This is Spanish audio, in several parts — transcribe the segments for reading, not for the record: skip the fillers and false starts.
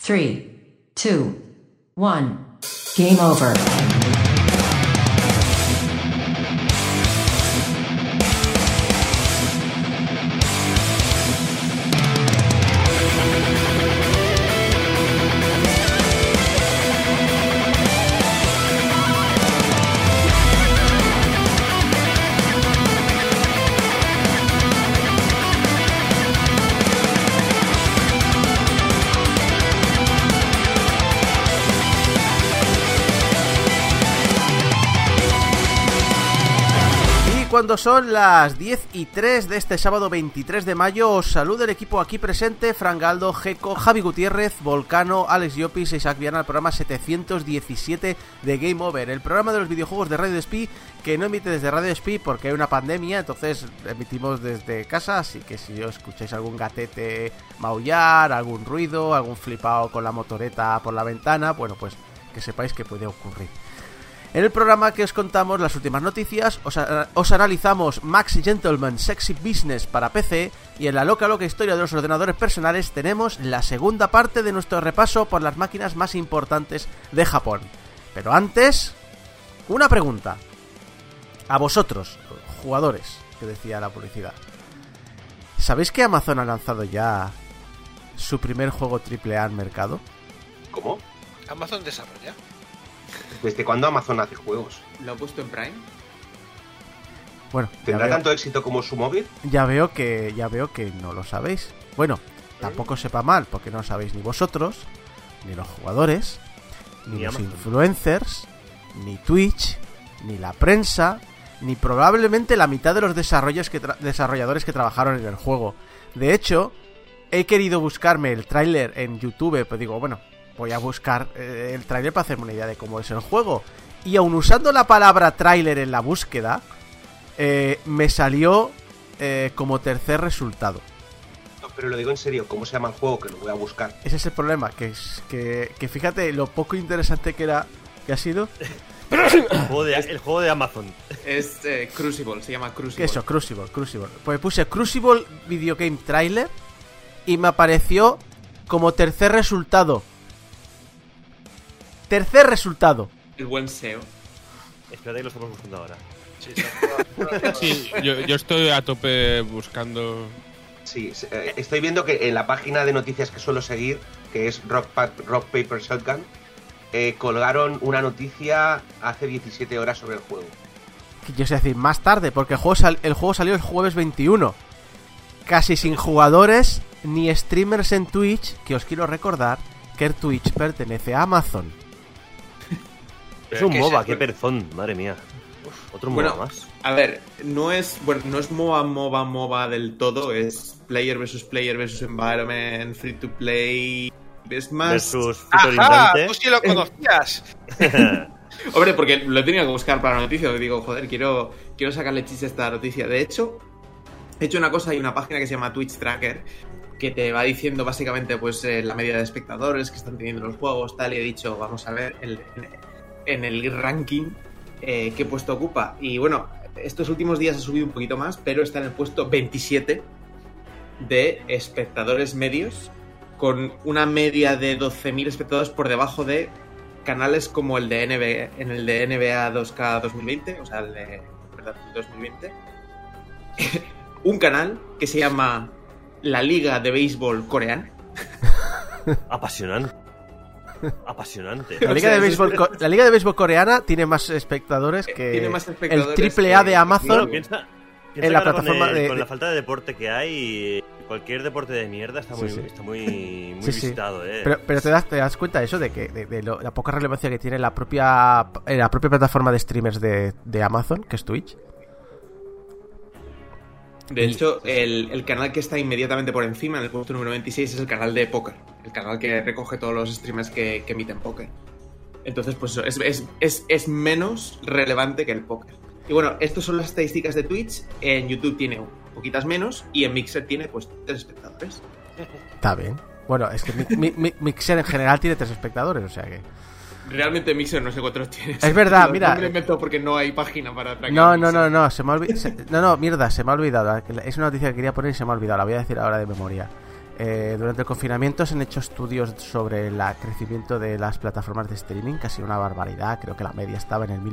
3, 2, 1. Game over. Cuando son las 10:03 de este sábado 23 de mayo, os saluda el equipo aquí presente: Fran Galdo, Geco, Javi Gutiérrez, Volcano, Alex Llopis e Isaac Viana, al programa 717 de Game Over, el programa de los videojuegos de Radio Despí, que no emite desde Radio Despí porque hay una pandemia, entonces emitimos desde casa, así que si os escucháis algún gatete maullar, algún ruido, algún flipado con la motoreta por la ventana, bueno, pues que sepáis que puede ocurrir. En el programa que os contamos las últimas noticias, os analizamos Max Gentleman Sexy Business para PC, y en la loca historia de los ordenadores personales tenemos la segunda parte de nuestro repaso por las máquinas más importantes de Japón. Pero antes, una pregunta. A vosotros, jugadores, que decía la publicidad. ¿Sabéis que Amazon ha lanzado ya su primer juego AAA al mercado? ¿Cómo? ¿Amazon desarrolla? ¿Desde cuándo Amazon hace juegos? ¿Lo ha puesto en Prime? Bueno, ¿tendrá tanto éxito como su móvil? Ya veo que no lo sabéis. Bueno, tampoco sepa mal, porque no lo sabéis ni vosotros, ni los jugadores, ni los influencers, ni Twitch, ni la prensa, ni probablemente la mitad de los desarrolladores que trabajaron en el juego. De hecho, he querido buscarme el tráiler en YouTube, pues digo, bueno, voy a buscar el tráiler para hacerme una idea de cómo es el juego. Y aun usando la palabra tráiler en la búsqueda, me salió como tercer resultado. No, pero lo digo en serio, ¿cómo se llama el juego? Que lo voy a buscar. Ese es el problema, que fíjate lo poco interesante que ha sido. El juego de Amazon. Es Crucible, se llama Crucible. ¿Qué es eso? Crucible. Pues puse Crucible Video Game Trailer y me apareció como tercer resultado. El buen SEO. Espérate que lo estamos buscando ahora. Sí, yo estoy a tope buscando. Sí, estoy viendo que en la página de noticias que suelo seguir, que es Rock Paper Shotgun, colgaron una noticia hace 17 horas sobre el juego. Yo sé decir, más tarde, porque el juego salió el jueves 21. Casi sin jugadores ni streamers en Twitch, que os quiero recordar que el Twitch pertenece a Amazon. Es un MOBA, qué perzón, madre mía. Otro MOBA más. A ver, no es MOBA del todo, es player versus environment, free to play, es más... Versus ¡ajá! ¡Tú sí lo conocías! Hombre, porque lo he tenido que buscar para la noticia, digo, joder, quiero sacarle chiste a esta noticia. De hecho, he hecho una cosa, hay una página que se llama Twitch Tracker, que te va diciendo básicamente pues la media de espectadores que están teniendo los juegos, tal, y he dicho, vamos a ver en el ranking qué puesto ocupa. Y bueno, estos últimos días ha subido un poquito más, pero está en el puesto 27 de espectadores medios, con una media de 12.000 espectadores por debajo de canales como el de NBA 2K 2020, o sea, el de 2020. Un canal que se llama La Liga de Béisbol Coreana. Apasionante. La Liga de Béisbol Coreana tiene más espectadores que el AAA de Amazon. No, piensa en la plataforma con la falta de deporte que hay, cualquier deporte de mierda está muy visitado, Pero te das cuenta de eso, de la poca relevancia que tiene la propia plataforma de streamers de Amazon, que es Twitch. De hecho, el canal que está inmediatamente por encima, en el puesto número 26, es el canal de póker. El canal que recoge todos los streamers que emiten póker. Entonces, pues eso, es menos relevante que el póker. Y bueno, estas son las estadísticas de Twitch. En YouTube tiene poquitas menos. Y en Mixer tiene, pues, 3 espectadores. Está bien. Bueno, es que Mixer en general tiene 3 espectadores, o sea que... Realmente Mixer no sé cuántos tiene. Es verdad, mira. No me lo invento porque no hay página para traquear. No, se me ha olvidado. Se me ha olvidado. Es una noticia que quería poner y se me ha olvidado. La voy a decir ahora de memoria. Durante el confinamiento se han hecho estudios sobre el crecimiento de las plataformas de streaming, casi una barbaridad. Creo que la media estaba en el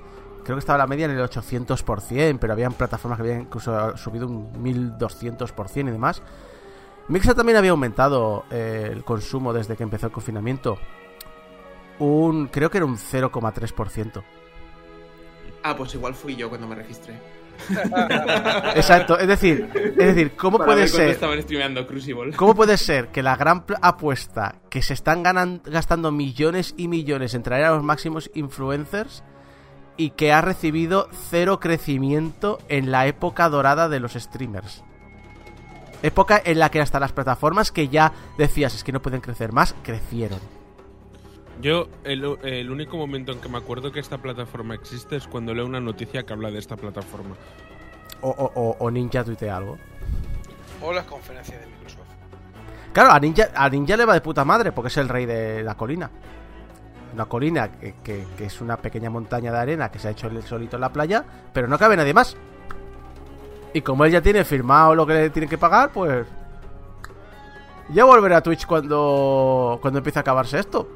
800%, pero habían plataformas que habían incluso subido un 1200% y demás. Mixer también había aumentado el consumo desde que empezó el confinamiento. Creo que era un 0,3%. Pues igual fui yo cuando me registré. Exacto, es decir, ¿cómo puede ser? Estaban streameando Crucible. ¿Cómo puede ser que la gran apuesta que se están gastando millones y millones en traer a los máximos influencers y que ha recibido 0 crecimiento en la época dorada de los streamers? Época en la que hasta las plataformas que ya decías es que no pueden crecer más, crecieron. Yo, el único momento en que me acuerdo que esta plataforma existe es cuando leo una noticia que habla de esta plataforma. O Ninja tuitea algo. O las conferencias de Microsoft. Claro, a Ninja le va de puta madre porque es el rey de la colina. Una colina que es una pequeña montaña de arena que se ha hecho él solito en la playa, pero no cabe nadie más. Y como él ya tiene firmado lo que le tiene que pagar, pues... ya volveré a Twitch cuando empiece a acabarse esto.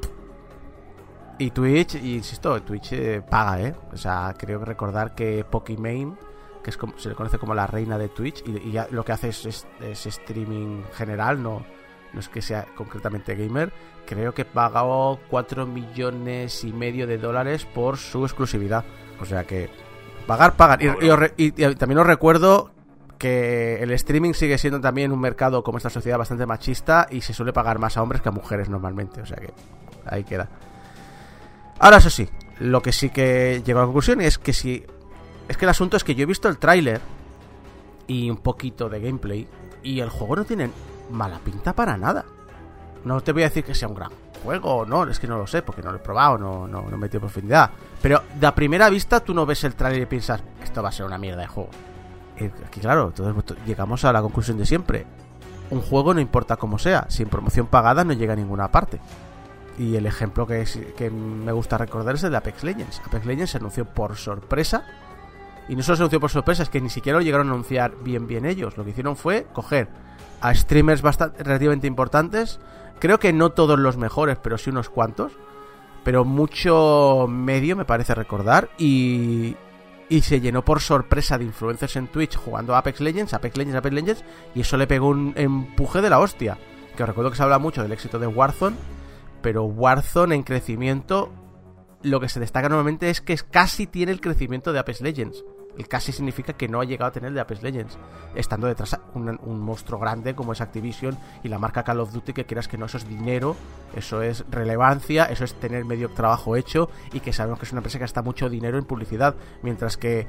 Y Twitch, insisto, Twitch paga, O sea, creo recordar que Pokimane, que es como, se le conoce como la reina de Twitch, y ya lo que hace es streaming general, no es que sea concretamente gamer, creo que pagó $4,5 millones de dólares por su exclusividad. O sea que pagan. Y también os recuerdo que el streaming sigue siendo también un mercado, como esta sociedad, bastante machista, y se suele pagar más a hombres que a mujeres normalmente. O sea que ahí queda. Ahora, eso sí, lo que sí que llego a la conclusión es que el asunto es que yo he visto el tráiler y un poquito de gameplay y el juego no tiene mala pinta para nada. No te voy a decir que sea un gran juego, no, es que no lo sé porque no lo he probado, no me he metido en profundidad. Pero de a primera vista tú no ves el tráiler y piensas, esto va a ser una mierda de juego. Aquí claro, todos llegamos a la conclusión de siempre. Un juego, no importa cómo sea, sin promoción pagada no llega a ninguna parte. Y el ejemplo que me gusta recordar es el de Apex Legends. Apex Legends se anunció por sorpresa. Y no solo se anunció por sorpresa, es que ni siquiera lo llegaron a anunciar bien ellos. Lo que hicieron fue coger a streamers relativamente importantes. Creo que no todos los mejores, pero sí unos cuantos. Pero mucho medio, me parece recordar. Y se llenó por sorpresa de influencers en Twitch jugando a Apex Legends. Y eso le pegó un empuje de la hostia. Que os recuerdo que se habla mucho del éxito de Warzone. Pero Warzone en crecimiento, lo que se destaca normalmente es que casi tiene el crecimiento de Apex Legends. El casi significa que no ha llegado a tener el de Apex Legends, estando detrás un monstruo grande como es Activision y la marca Call of Duty, que quieras que no, eso es dinero, eso es relevancia, eso es tener medio trabajo hecho, y que sabemos que es una empresa que gasta mucho dinero en publicidad, mientras que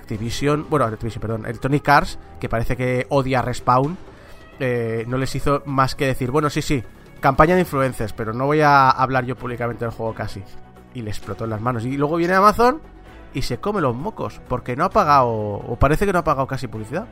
el Electronic Arts, que parece que odia a Respawn, no les hizo más que decir, bueno, sí, campaña de influencers, pero no voy a hablar yo públicamente del juego casi. Y le explotó en las manos. Y luego viene Amazon y se come los mocos, porque no ha pagado, o parece que no ha pagado casi publicidad.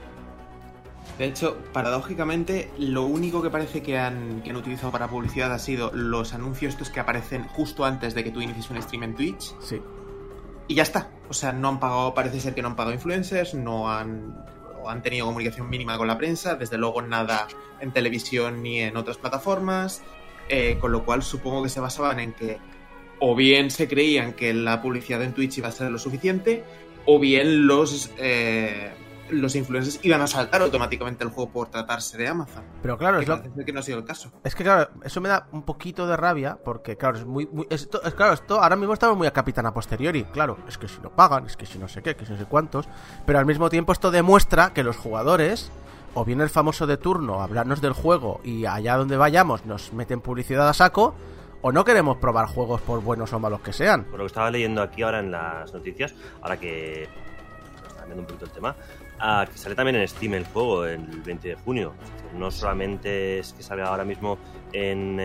De hecho, paradójicamente, lo único que parece que han utilizado para publicidad ha sido los anuncios estos que aparecen justo antes de que tú inicies un stream en Twitch. Sí. Y ya está. O sea, no han pagado, parece ser que no han pagado influencers, han tenido comunicación mínima con la prensa, desde luego nada en televisión ni en otras plataformas, con lo cual supongo que se basaban en que o bien se creían que la publicidad en Twitch iba a ser lo suficiente, o bien los influencers iban a saltar automáticamente el juego por tratarse de Amazon. Pero claro, que no ha sido el caso. Es que claro, eso me da un poquito de rabia, porque claro, esto ahora mismo estamos muy a capitán a posteriori. Claro, es que si no pagan, es que si no sé qué, que si no sé cuántos. Pero al mismo tiempo esto demuestra que los jugadores, o bien el famoso de turno, hablarnos del juego y allá donde vayamos nos meten publicidad a saco, o no queremos probar juegos por buenos o malos que sean. Por lo que estaba leyendo aquí ahora en las noticias, ahora que está cambiando un poquito el tema, que sale también en Steam el juego el 20 de junio. No solamente es que salga ahora mismo en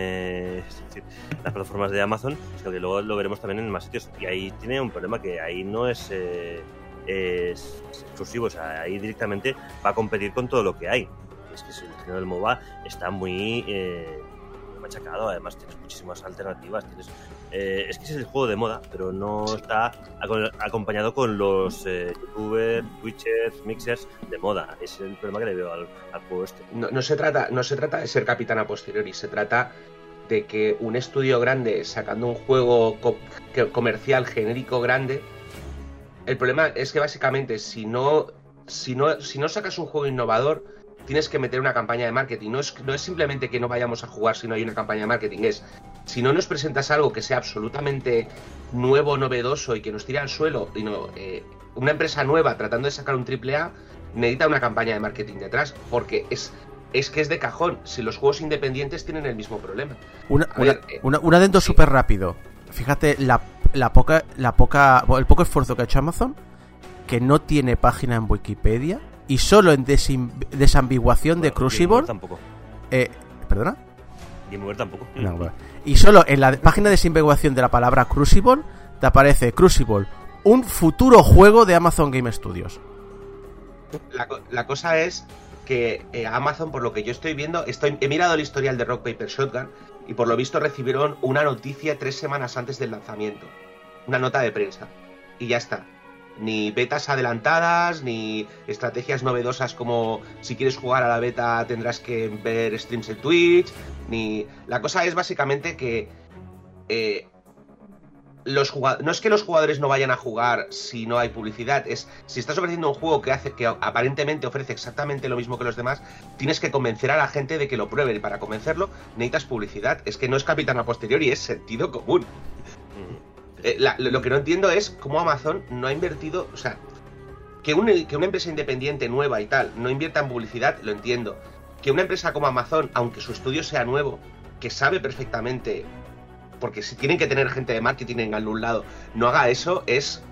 las plataformas de Amazon, sino que luego lo veremos también en más sitios. Y ahí tiene un problema, que ahí no es exclusivo, o sea, ahí directamente va a competir con todo lo que hay. Es que el género del MOBA está muy machacado. Además tienes muchísimas alternativas. Es que es el juego de moda, pero no está acompañado con los youtubers, twitchers, mixers de moda. Es el problema que le veo al juego este. No se trata de ser capitán a posteriori, se trata de que un estudio grande sacando un juego comercial genérico grande, el problema es que básicamente si no sacas un juego innovador, tienes que meter una campaña de marketing. No es simplemente que no vayamos a jugar si no hay una campaña de marketing, es si no nos presentas algo que sea absolutamente nuevo, novedoso y que nos tire al suelo, y una empresa nueva tratando de sacar un AAA necesita una campaña de marketing detrás, porque es que es de cajón. Si los juegos independientes tienen el mismo problema. Un adendo súper rápido. Fíjate el poco esfuerzo que ha hecho Amazon, que no tiene página en Wikipedia, y solo en desambiguación de Crucible. Tampoco. ¿Perdona? Game Over tampoco. No, bueno. Y solo en la página de desambiguación de la palabra Crucible te aparece Crucible, un futuro juego de Amazon Game Studios. La cosa es que Amazon, por lo que yo estoy viendo, he mirado el historial de Rock Paper Shotgun y por lo visto recibieron una noticia 3 semanas antes del lanzamiento, una nota de prensa, y ya está. Ni betas adelantadas, ni estrategias novedosas como si quieres jugar a la beta tendrás que ver streams en Twitch, ni... La cosa es básicamente que no es que los jugadores no vayan a jugar si no hay publicidad, es si estás ofreciendo un juego que aparentemente ofrece exactamente lo mismo que los demás, tienes que convencer a la gente de que lo pruebe, y para convencerlo necesitas publicidad. Es que no es capitán a posteriori, es sentido común. Lo que no entiendo es cómo Amazon no ha invertido, o sea, que una empresa independiente nueva y tal no invierta en publicidad, lo entiendo. Que una empresa como Amazon, aunque su estudio sea nuevo, que sabe perfectamente, porque si tienen que tener gente de marketing en algún lado, no haga eso, es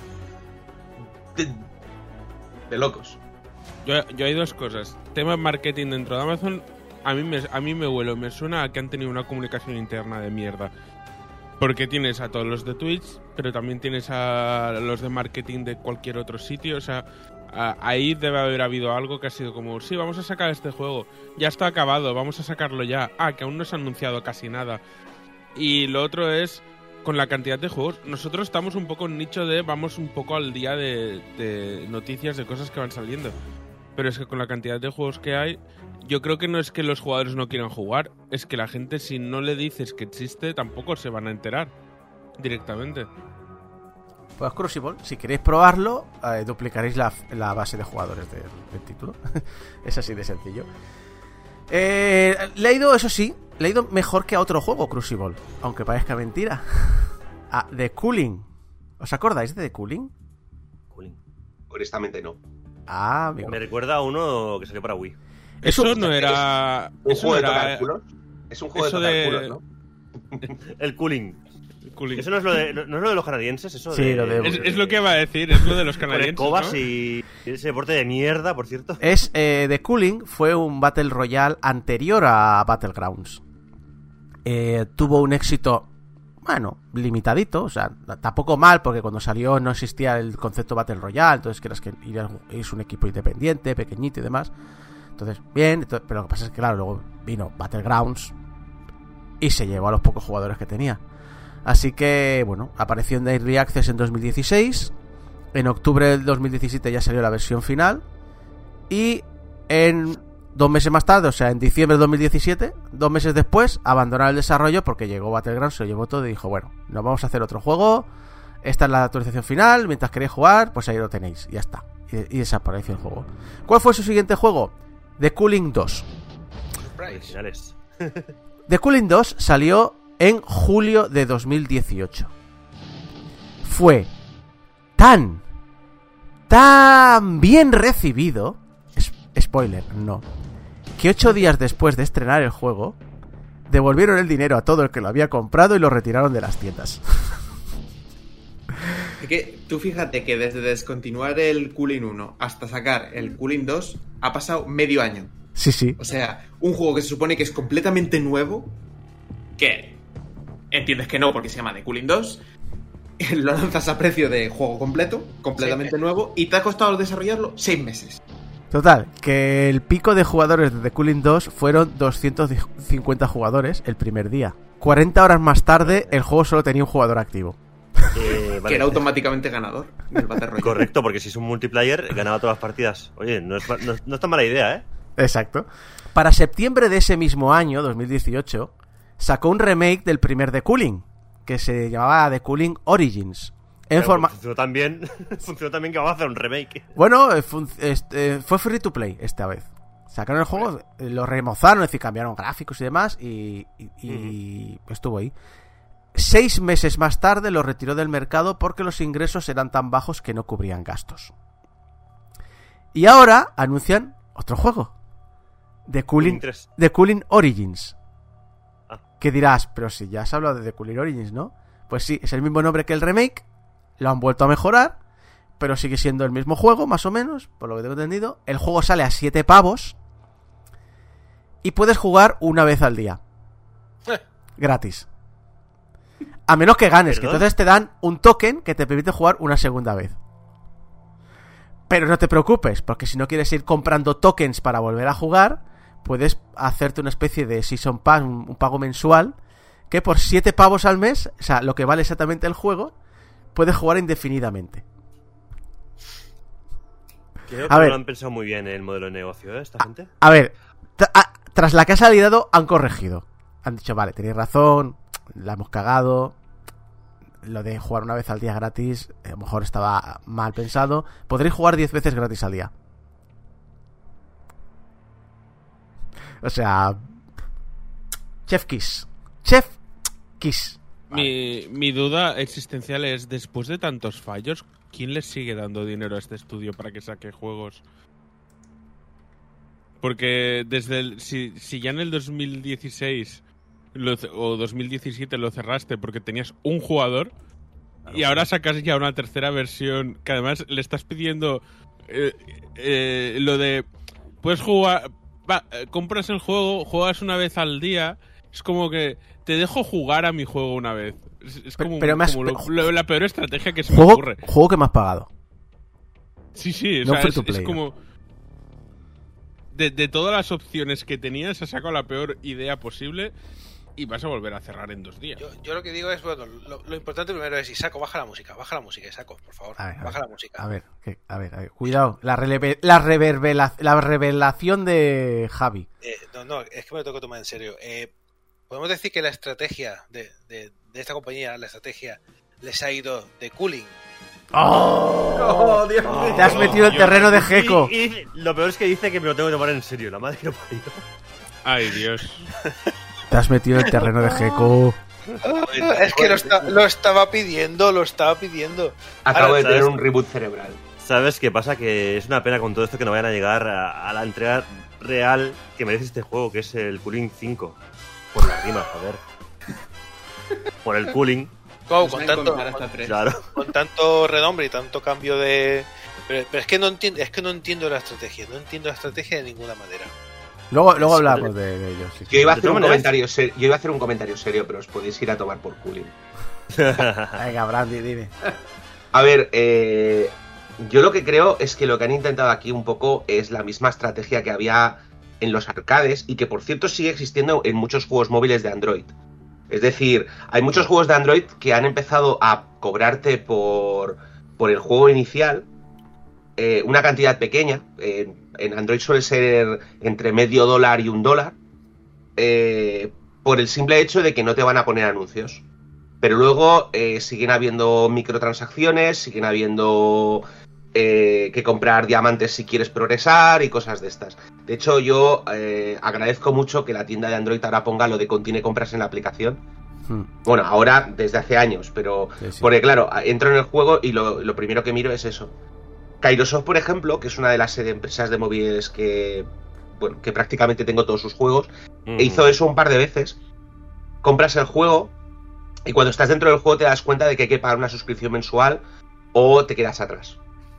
de locos. Yo hay dos cosas. Tema de marketing dentro de Amazon, a mí me suena a que han tenido una comunicación interna de mierda. Porque tienes a todos los de Twitch, pero también tienes a los de marketing de cualquier otro sitio. O sea, ahí debe haber habido algo que ha sido como, sí, vamos a sacar este juego, ya está acabado, vamos a sacarlo ya. Que aún no se ha anunciado casi nada. Y lo otro es, con la cantidad de juegos, nosotros estamos un poco en nicho de, vamos un poco al día de noticias, de cosas que van saliendo. Pero es que con la cantidad de juegos que hay, yo creo que no es que los jugadores no quieran jugar, es que la gente, si no le dices que existe, tampoco se van a enterar directamente. Pues Crucible, si queréis probarlo, duplicaréis la base de jugadores del título. Es así de sencillo. Le ha ido mejor que a otro juego, Crucible, aunque parezca mentira. A The Cooling. ¿Os acordáis de The Cooling? Honestamente no. Amigo. Me recuerda a uno que salió para Wii. Eso no era... ¿Un eso juego de era... tocar culos? Es un juego de tocar culos, ¿no? El Cooling. Eso no es lo de los canadienses, eso. Sí, es lo que iba a decir, es lo de los canadienses, escobas, ¿no? Y ese deporte de mierda, por cierto. The Cooling fue un Battle Royale anterior a Battlegrounds. Tuvo un éxito, bueno, limitadito, o sea, tampoco mal, porque cuando salió no existía el concepto Battle Royale, entonces creas que es un equipo independiente, pequeñito y demás. Entonces, bien, pero lo que pasa es que, claro, luego vino Battlegrounds y se llevó a los pocos jugadores que tenía. Así que, bueno, apareció en Early Access en 2016. En octubre del 2017 ya salió la versión final. Y en 2 meses más tarde, o sea, en diciembre del 2017, 2 meses después, abandonaron el desarrollo porque llegó Battlegrounds, se lo llevó todo y dijo, bueno, nos vamos a hacer otro juego. Esta es la actualización final. Mientras queréis jugar, pues ahí lo tenéis. Y ya está. Y desapareció el juego. ¿Cuál fue su siguiente juego? The Cooling 2. The Cooling 2 salió en julio de 2018. Fue tan bien recibido, spoiler, no, que 8 días después de estrenar el juego, devolvieron el dinero a todo el que lo había comprado y lo retiraron de las tiendas. Es que tú fíjate que desde descontinuar el Cooling 1 hasta sacar el Cooling 2 ha pasado medio año. Sí. O sea, un juego que se supone que es completamente nuevo, que entiendes que no porque se llama The Cooling 2, lo lanzas a precio de juego completo, completamente nuevo, y te ha costado desarrollarlo 6 meses. Total, que el pico de jugadores de The Cooling 2 fueron 250 jugadores el primer día. 40 horas más tarde, el juego solo tenía un jugador activo. Vale. Que era automáticamente ganador del Battle Royale. Correcto, porque si es un multiplayer, ganaba todas las partidas. Oye, no es tan mala idea, ¿eh? Exacto. Para septiembre de ese mismo año, 2018, sacó un remake del primer The Cooling, que se llamaba The Cooling Origins. Funcionó tan bien que vamos a hacer un remake. Bueno, fue free to play esta vez. Sacaron el juego, lo remozaron, es decir, cambiaron gráficos y demás, y estuvo ahí. 6 meses más tarde lo retiró del mercado porque los ingresos eran tan bajos que no cubrían gastos. Y ahora anuncian otro juego, The Cooling Origins. Que dirás, pero si ya has hablado de The Cooling Origins, ¿no? Pues sí, es el mismo nombre que el remake. Lo han vuelto a mejorar, pero sigue siendo el mismo juego, más o menos, por lo que tengo entendido. El juego sale a 7 pavos y puedes jugar una vez al día. Gratis. A menos que ganes, que entonces te dan un token que te permite jugar una segunda vez. Pero no te preocupes, porque si no quieres ir comprando tokens para volver a jugar, puedes hacerte una especie de Season Pass, un pago mensual, que por 7 pavos al mes, o sea, lo que vale exactamente el juego, puedes jugar indefinidamente. Creo que no lo han pensado muy bien el modelo de negocio, ¿eh? Esta gente. A ver, tras la que ha salido han corregido. Han dicho, vale, tenéis razón, la hemos cagado. Lo de jugar una vez al día gratis, a lo mejor estaba mal pensado. Podréis jugar 10 veces gratis al día. O sea, Chef Kiss. Mi duda existencial es, después de tantos fallos, ¿quién les sigue dando dinero a este estudio para que saque juegos? Porque si ya en el 2016 o 2017 lo cerraste porque tenías un jugador, claro, y ahora sacas ya una tercera versión que además le estás pidiendo lo de puedes jugar, compras el juego, juegas una vez al día. Es como que te dejo jugar a mi juego una vez. Es como, la peor estrategia que se me ocurre. Juego que me has pagado. Sí, o no sea, es como de todas las opciones que tenías, has sacado la peor idea posible y vas a volver a cerrar en 2 días. Yo lo que digo es, bueno, lo importante primero es, Isaco, baja la música, Isaco, por favor. Baja la música. A ver, cuidado. La revelación de Javi. No, es que me lo tengo que tomar en serio. Podemos decir que la estrategia de esta compañía, la estrategia les ha ido de Cooling. ¡Oh! Dios mío! Te has metido en el terreno de Gecko. Y lo peor es que dice que me lo tengo que tomar en serio. La madre que lo parió. Ay, Dios. Te has metido en el terreno de Gecko. Es que lo estaba pidiendo. Acabo de tener un reboot cerebral. ¿Sabes qué pasa? Que es una pena con todo esto que no vayan a llegar a la entrega real que merece este juego, que es el Cooling 5. Por la rima, joder. Por el cooling. Con tanto renombre y tanto cambio de... Pero es que no entiendo la estrategia. No entiendo la estrategia de ninguna manera. Luego hablamos de ellos. Sí. Yo iba a hacer un comentario serio, pero os podéis ir a tomar por cooling. Venga, Brandy, dime. A ver, yo lo que creo es que lo que han intentado aquí un poco es la misma estrategia que había en los arcades y que, por cierto, sigue existiendo en muchos juegos móviles de Android. Es decir, hay muchos juegos de Android que han empezado a cobrarte por el juego inicial una cantidad pequeña. En Android suele ser entre $0.50 y $1, por el simple hecho de que no te van a poner anuncios. Pero luego siguen habiendo microtransacciones, siguen habiendo que comprar diamantes si quieres progresar y cosas de estas. De hecho, yo agradezco mucho que la tienda de Android ahora ponga lo de contiene compras en la aplicación. Bueno, ahora desde hace años, pero sí. Porque claro, entro en el juego y lo primero que miro es eso. Kairosoft, por ejemplo, que es una de las empresas de móviles que prácticamente tengo todos sus juegos, hizo eso un par de veces. Compras el juego y cuando estás dentro del juego te das cuenta de que hay que pagar una suscripción mensual o te quedas atrás.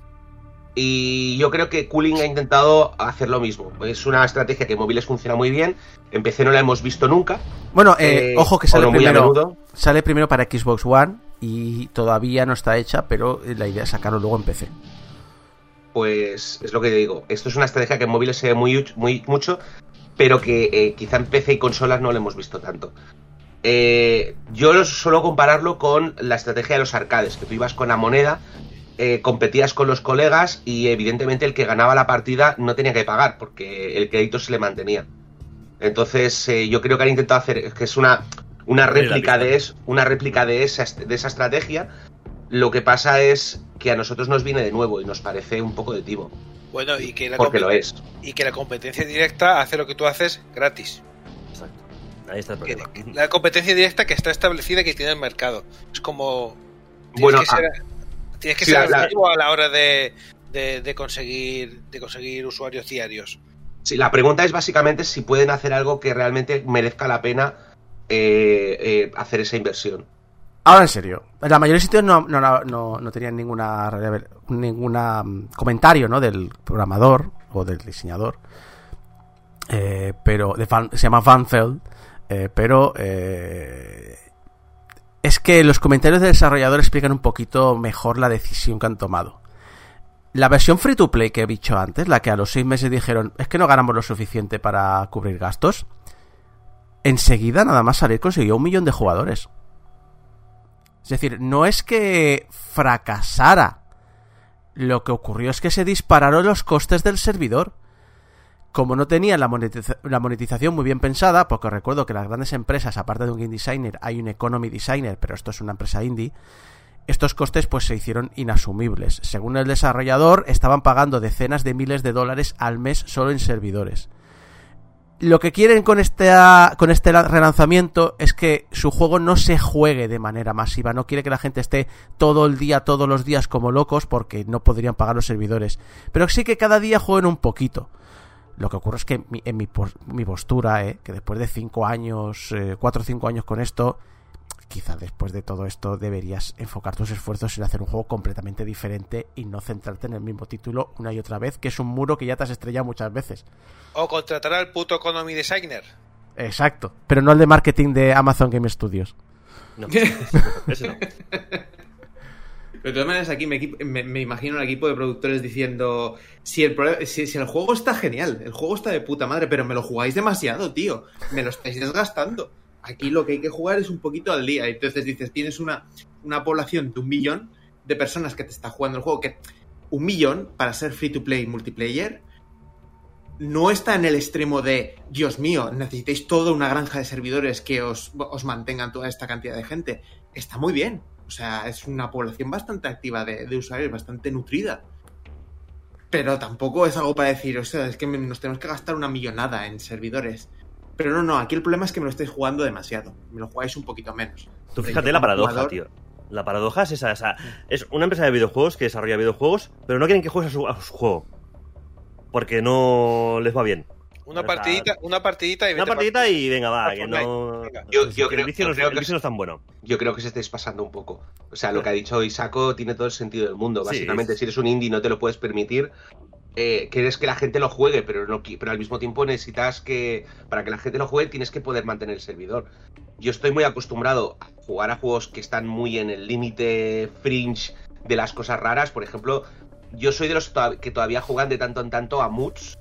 Y yo creo que Cooling ha intentado hacer lo mismo. Es una estrategia que en móviles funciona muy bien. En PC no la hemos visto nunca. Bueno, ojo que sale primero para Xbox One y todavía no está hecha, pero la idea es sacarlo luego en PC. pues es lo que digo. Esto es una estrategia que en móviles se ve mucho, pero que quizá en PC y consolas no lo hemos visto tanto. Yo suelo compararlo con la estrategia de los arcades, que tú ibas con la moneda, competías con los colegas y evidentemente el que ganaba la partida no tenía que pagar porque el crédito se le mantenía. Entonces yo creo que han intentado hacer, que es una réplica de esa estrategia. Lo que pasa es que a nosotros nos viene de nuevo y nos parece un poco de timo. Bueno, y que porque lo es. Y que la competencia directa hace lo que tú haces gratis. Exacto. Ahí está el problema. La competencia directa que está establecida, que tiene el mercado. Es como... Tienes que ser activo a la hora de conseguir usuarios diarios. Sí, la pregunta es básicamente si pueden hacer algo que realmente merezca la pena hacer esa inversión. Ahora en serio, en la mayoría de sitios no tenían ninguna comentario, ¿no?, del programador o del diseñador, pero se llama Van Veld, pero es que los comentarios del desarrollador explican un poquito mejor la decisión que han tomado. La versión free to play que he dicho antes, la que a los 6 meses dijeron es que no ganamos lo suficiente para cubrir gastos, enseguida nada más salir consiguió 1 millón de jugadores. Es decir, no es que fracasara, lo que ocurrió es que se dispararon los costes del servidor. Como no tenían la monetización muy bien pensada, porque recuerdo que las grandes empresas, aparte de un game designer, hay un economy designer, pero esto es una empresa indie, estos costes pues se hicieron inasumibles. Según el desarrollador, estaban pagando decenas de miles de dólares al mes solo en servidores. Lo que quieren con este relanzamiento es que su juego no se juegue de manera masiva. No quiere que la gente esté todo el día, todos los días como locos, porque no podrían pagar los servidores. Pero sí que cada día jueguen un poquito. Lo que ocurre es que en mi postura, que después de 5 años, 4 o 5 años con esto, quizás después de todo esto deberías enfocar tus esfuerzos en hacer un juego completamente diferente y no centrarte en el mismo título una y otra vez, que es un muro que ya te has estrellado muchas veces. O contratar al puto economy designer. Exacto, pero no el de marketing de Amazon Game Studios. No, ese no. De todas maneras, aquí me imagino un equipo de productores diciendo si el juego está genial, el juego está de puta madre, pero me lo jugáis demasiado, tío, me lo estáis desgastando. Aquí lo que hay que jugar es un poquito al día. Entonces dices, tienes una población de 1 millón de personas que te está jugando el juego, que 1 millón para ser free to play multiplayer no está en el extremo de Dios mío, necesitáis toda una granja de servidores que os mantengan toda esta cantidad de gente. Está muy bien. O sea, es una población bastante activa de usuarios, bastante nutrida. Pero tampoco es algo para decir, o sea, es que nos tenemos que gastar 1 millonada en servidores. Pero no, aquí el problema es que me lo estáis jugando demasiado. Me lo jugáis un poquito menos. Tú fíjate la paradoja, tío. La paradoja es esa, o sea, es una empresa de videojuegos que desarrolla videojuegos, pero no quieren que juegues a su juego. Porque no les va bien. Una partidita y venga, va, que no... Yo creo que no es tan bueno. Yo creo que se estáis pasando un poco. O sea, lo que ha dicho Isako tiene todo el sentido del mundo. Básicamente, si eres un indie no te lo puedes permitir. Quieres que la gente lo juegue, pero al mismo tiempo necesitas que... Para que la gente lo juegue tienes que poder mantener el servidor. Yo estoy muy acostumbrado a jugar a juegos que están muy en el límite fringe de las cosas raras. Por ejemplo, yo soy de los que todavía juegan de tanto en tanto a MUDs,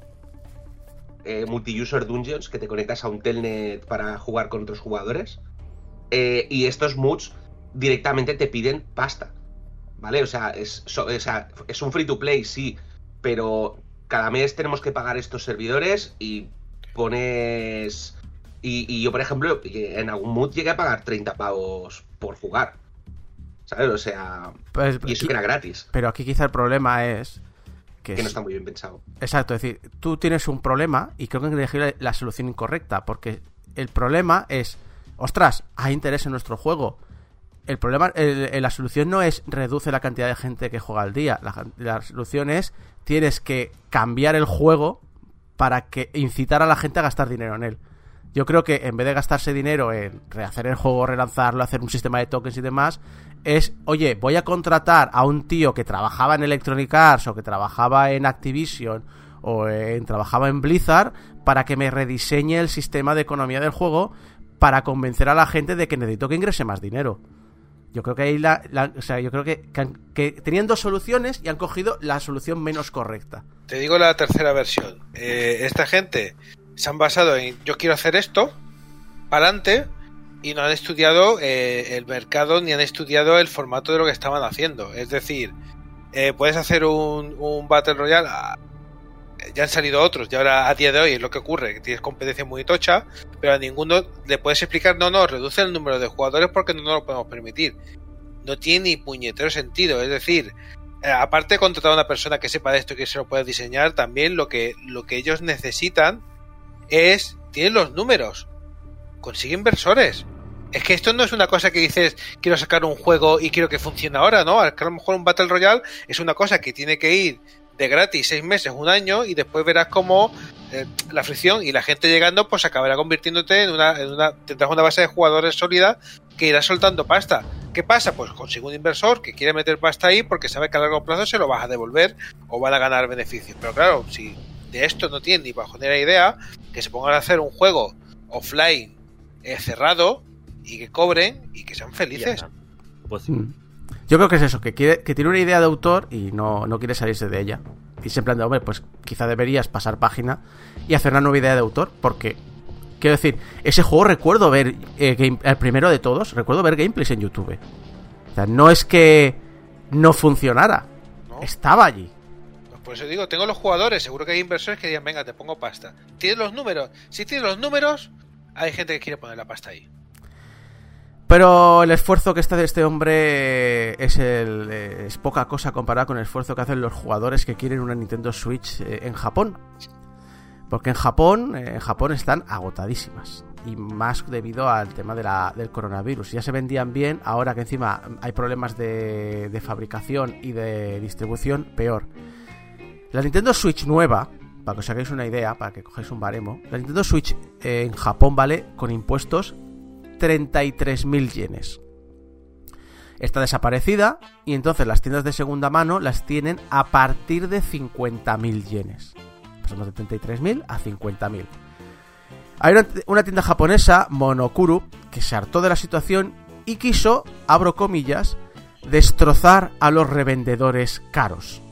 Multi-User Dungeons, que te conectas a un telnet para jugar con otros jugadores. Y estos MUDs directamente te piden pasta, ¿vale? O sea, es un free to play, sí, pero cada mes tenemos que pagar estos servidores y pones... Y yo, por ejemplo, en algún MUD llegué a pagar 30 pavos por jugar, ¿sabes? O sea, pues, y eso que era gratis. Pero aquí quizá el problema es que no está muy bien pensado. Exacto, es decir, tú tienes un problema y creo que hay que elegir la solución incorrecta, porque el problema es, ostras, hay interés en nuestro juego. El problema, la solución no es reduce la cantidad de gente que juega al día. La solución es tienes que cambiar el juego para que incitar a la gente a gastar dinero en él. Yo creo que en vez de gastarse dinero en rehacer el juego, relanzarlo, hacer un sistema de tokens y demás, es, oye, voy a contratar a un tío que trabajaba en Electronic Arts o que trabajaba en Activision o trabajaba en Blizzard para que me rediseñe el sistema de economía del juego para convencer a la gente de que necesito que ingrese más dinero. Yo creo que ahí yo creo que tenían dos soluciones y han cogido la solución menos correcta. Te digo la tercera versión. Esta gente se han basado en yo quiero hacer esto, para adelante, y no han estudiado el mercado ni han estudiado el formato de lo que estaban haciendo. Es decir, puedes hacer un Battle Royale. Ya han salido otros, y ahora a día de hoy es lo que ocurre, que tienes competencia muy tocha, pero a ninguno le puedes explicar, no, reduce el número de jugadores porque no nos lo podemos permitir. No tiene ni puñetero sentido, es decir, aparte de contratar a una persona que sepa de esto y que se lo pueda diseñar, también lo que ellos necesitan es, tienen los números, consigue inversores. Es que esto no es una cosa que dices, quiero sacar un juego y quiero que funcione ahora, ¿no? A lo mejor un Battle Royale es una cosa que tiene que ir de gratis 6 meses, 1 año, y después verás cómo la fricción y la gente llegando pues acabará convirtiéndote en una tendrás una base de jugadores sólida que irá soltando pasta. ¿Qué pasa? Pues consigue un inversor que quiere meter pasta ahí porque sabe que a largo plazo se lo vas a devolver o van a ganar beneficios. Pero claro, si de esto no tienen ni bajonera idea, que se pongan a hacer un juego offline cerrado y que cobren y que sean felices. Pues sí. Yo creo que es eso, que tiene una idea de autor y no quiere salirse de ella. Y siempre anda, hombre, pues quizá deberías pasar página y hacer una nueva idea de autor, porque, quiero decir, ese juego recuerdo ver, el primero de todos, recuerdo ver gameplays en YouTube. O sea, no es que no funcionara, ¿no? Estaba allí. Pues por eso digo, tengo los jugadores, seguro que hay inversores que digan, venga, te pongo pasta. ¿Tienes los números? Si tienes los números, hay gente que quiere poner la pasta ahí. Pero el esfuerzo que está de este hombre es poca cosa comparado con el esfuerzo que hacen los jugadores que quieren una Nintendo Switch en Japón. Porque en Japón están agotadísimas. Y más debido al tema del coronavirus. Ya se vendían bien, ahora que encima hay problemas de fabricación y de distribución, peor. La Nintendo Switch nueva, para que os hagáis una idea, para que cojáis un baremo, la Nintendo Switch en Japón vale con impuestos 33.000 yenes. Está desaparecida y entonces las tiendas de segunda mano las tienen a partir de 50.000 yenes. Pasamos de 33.000 a 50.000. Hay una tienda japonesa, Monokuru, que se hartó de la situación y quiso, abro comillas, destrozar a los revendedores caros.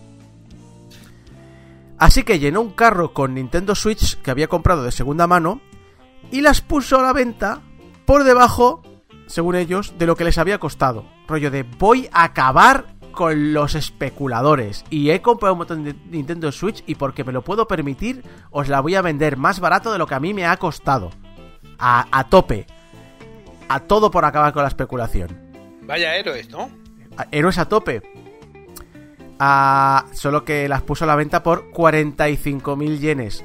Así que llenó un carro con Nintendo Switch que había comprado de segunda mano y las puso a la venta por debajo, según ellos, de lo que les había costado. Rollo de voy a acabar con los especuladores. Y he comprado un montón de Nintendo Switch y porque me lo puedo permitir, os la voy a vender más barato de lo que a mí me ha costado. A tope. A todo por acabar con la especulación. Vaya héroes, ¿no? Héroes a tope. Solo que las puso a la venta por 45.000 yenes.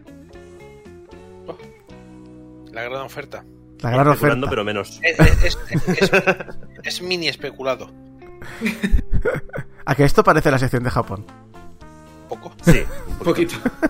La gran oferta. La gran oferta. Pero menos. Es mini especulado. ¿A que esto parece la sección de Japón? ¿Poco? Sí, un poquito.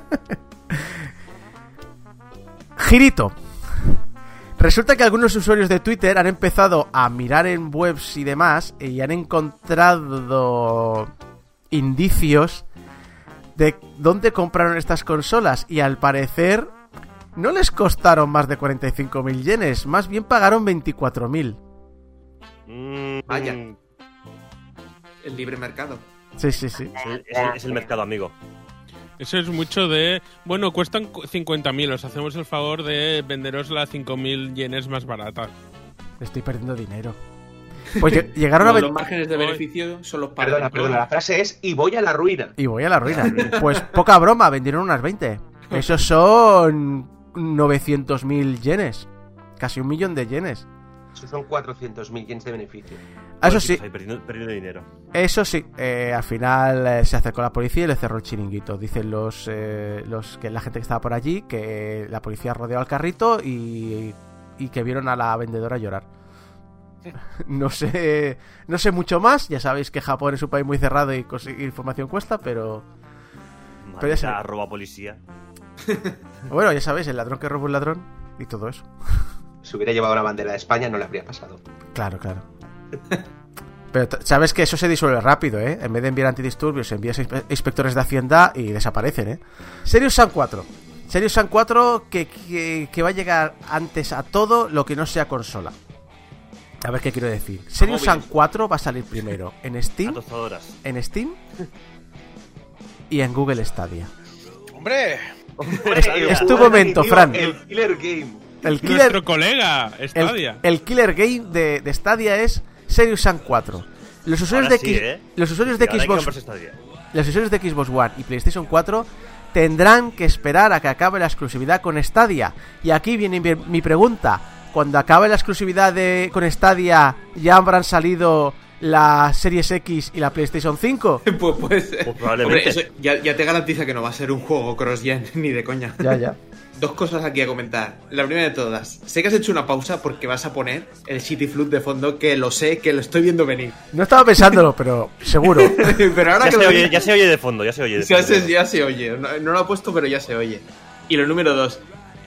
Girito. Resulta que algunos usuarios de Twitter han empezado a mirar en webs y demás y han encontrado indicios de dónde compraron estas consolas y al parecer no les costaron más de 45.000 yenes, más bien pagaron 24.000. Vaya. El libre mercado. Sí. Es el mercado, amigo. Eso es mucho de... Bueno, cuestan 50.000, os hacemos el favor de venderosla a 5.000 yenes más barata. Estoy perdiendo dinero. Pues llegaron a los márgenes de beneficio son los perdona, la frase es y voy a la ruina. Y voy a la ruina. Pues poca broma, vendieron unas 20. Esos son 900.000 yenes. Casi 1 millón de yenes. Eso son 400.000 yenes de beneficio. Eso sí. Perdiendo dinero. Eso sí. Al final se acercó la policía y le cerró el chiringuito. Dicen los que la gente que estaba por allí que la policía rodeó al carrito y que vieron a la vendedora llorar. No sé mucho más. Ya sabéis que Japón es un país muy cerrado y conseguir información cuesta, pero ya sabéis. Roba policía. Bueno, ya sabéis, el ladrón que roba un ladrón y todo eso. Si hubiera llevado una bandera de España no le habría pasado. Claro. Pero sabes que eso se disuelve rápido, ¿eh? En vez de enviar antidisturbios, envías inspectores de Hacienda y desaparecen, ¿eh? Serious Sam 4. Serious Sam 4 que va a llegar antes a todo lo que no sea consola. A ver qué quiero decir. Serious Sam 4 va a salir primero en A Steam, tozadoras. y en Google Stadia. ¡Hombre! Es tu momento, Fran. El Killer Game. El killer, Nuestro colega, Stadia. el killer game de Stadia es Serious Sam 4. Los usuarios Ahora de sí, ¿eh? los usuarios de Y ahora hay que Xbox, comprarse Stadia. los usuarios de Xbox One y PlayStation 4 tendrán que esperar a que acabe la exclusividad con Stadia. Y aquí viene mi pregunta. Cuando acabe la exclusividad con Stadia, ¿ya habrán salido la Series X y la PlayStation 5? Pues probablemente. hombre, eso ya te garantiza que no va a ser un juego cross-gen, ni de coña. Ya. Dos cosas aquí a comentar. La primera de todas, sé que has hecho una pausa porque vas a poner el City Flood de fondo, que lo sé, que lo estoy viendo venir. No estaba pensándolo, pero seguro. Pero ahora Ya que se, lo oye, dices, ya se oye de fondo, ya se oye de fondo. ya se oye. No lo he puesto, pero ya se oye. Y lo número dos,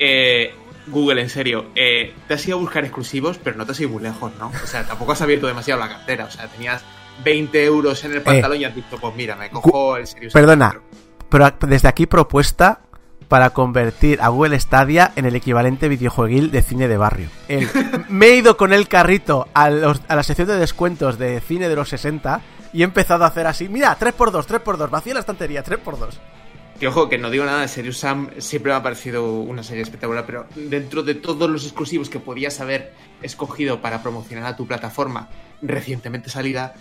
Google, en serio, te has ido a buscar exclusivos, pero no te has ido muy lejos, ¿no? O sea, tampoco has abierto demasiado la cartera. O sea, tenías 20 euros en el pantalón y has dicho, pues mira, me cojo el Serious Sam Perdona, 4. pero desde aquí propuesta para convertir a Google Stadia en el equivalente videojueguil de cine de barrio. Me he ido con el carrito a la sección de descuentos de cine de los 60 y he empezado a hacer así. Mira, 3x2, vacía la estantería, 3x2. Que ojo, que no digo nada, Serious Sam siempre me ha parecido una serie espectacular, pero dentro de todos los exclusivos que podías haber escogido para promocionar a tu plataforma recientemente salida,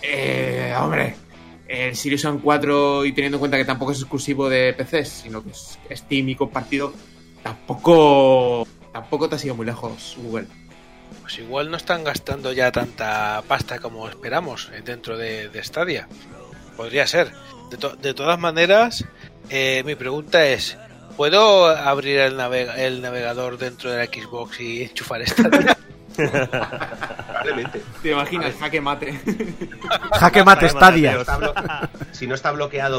hombre, el Serious Sam 4, y teniendo en cuenta que tampoco es exclusivo de PCs, sino que es Steam y compartido, tampoco te has ido muy lejos, Google. Pues igual no están gastando ya tanta pasta como esperamos dentro de Stadia. Podría ser. De todas maneras, mi pregunta es, ¿puedo abrir el navegador dentro de la Xbox y enchufar Stadia? Probablemente. ¿Te imaginas? Jaque mate. Jaque mate Stadia. Si no está bloqueado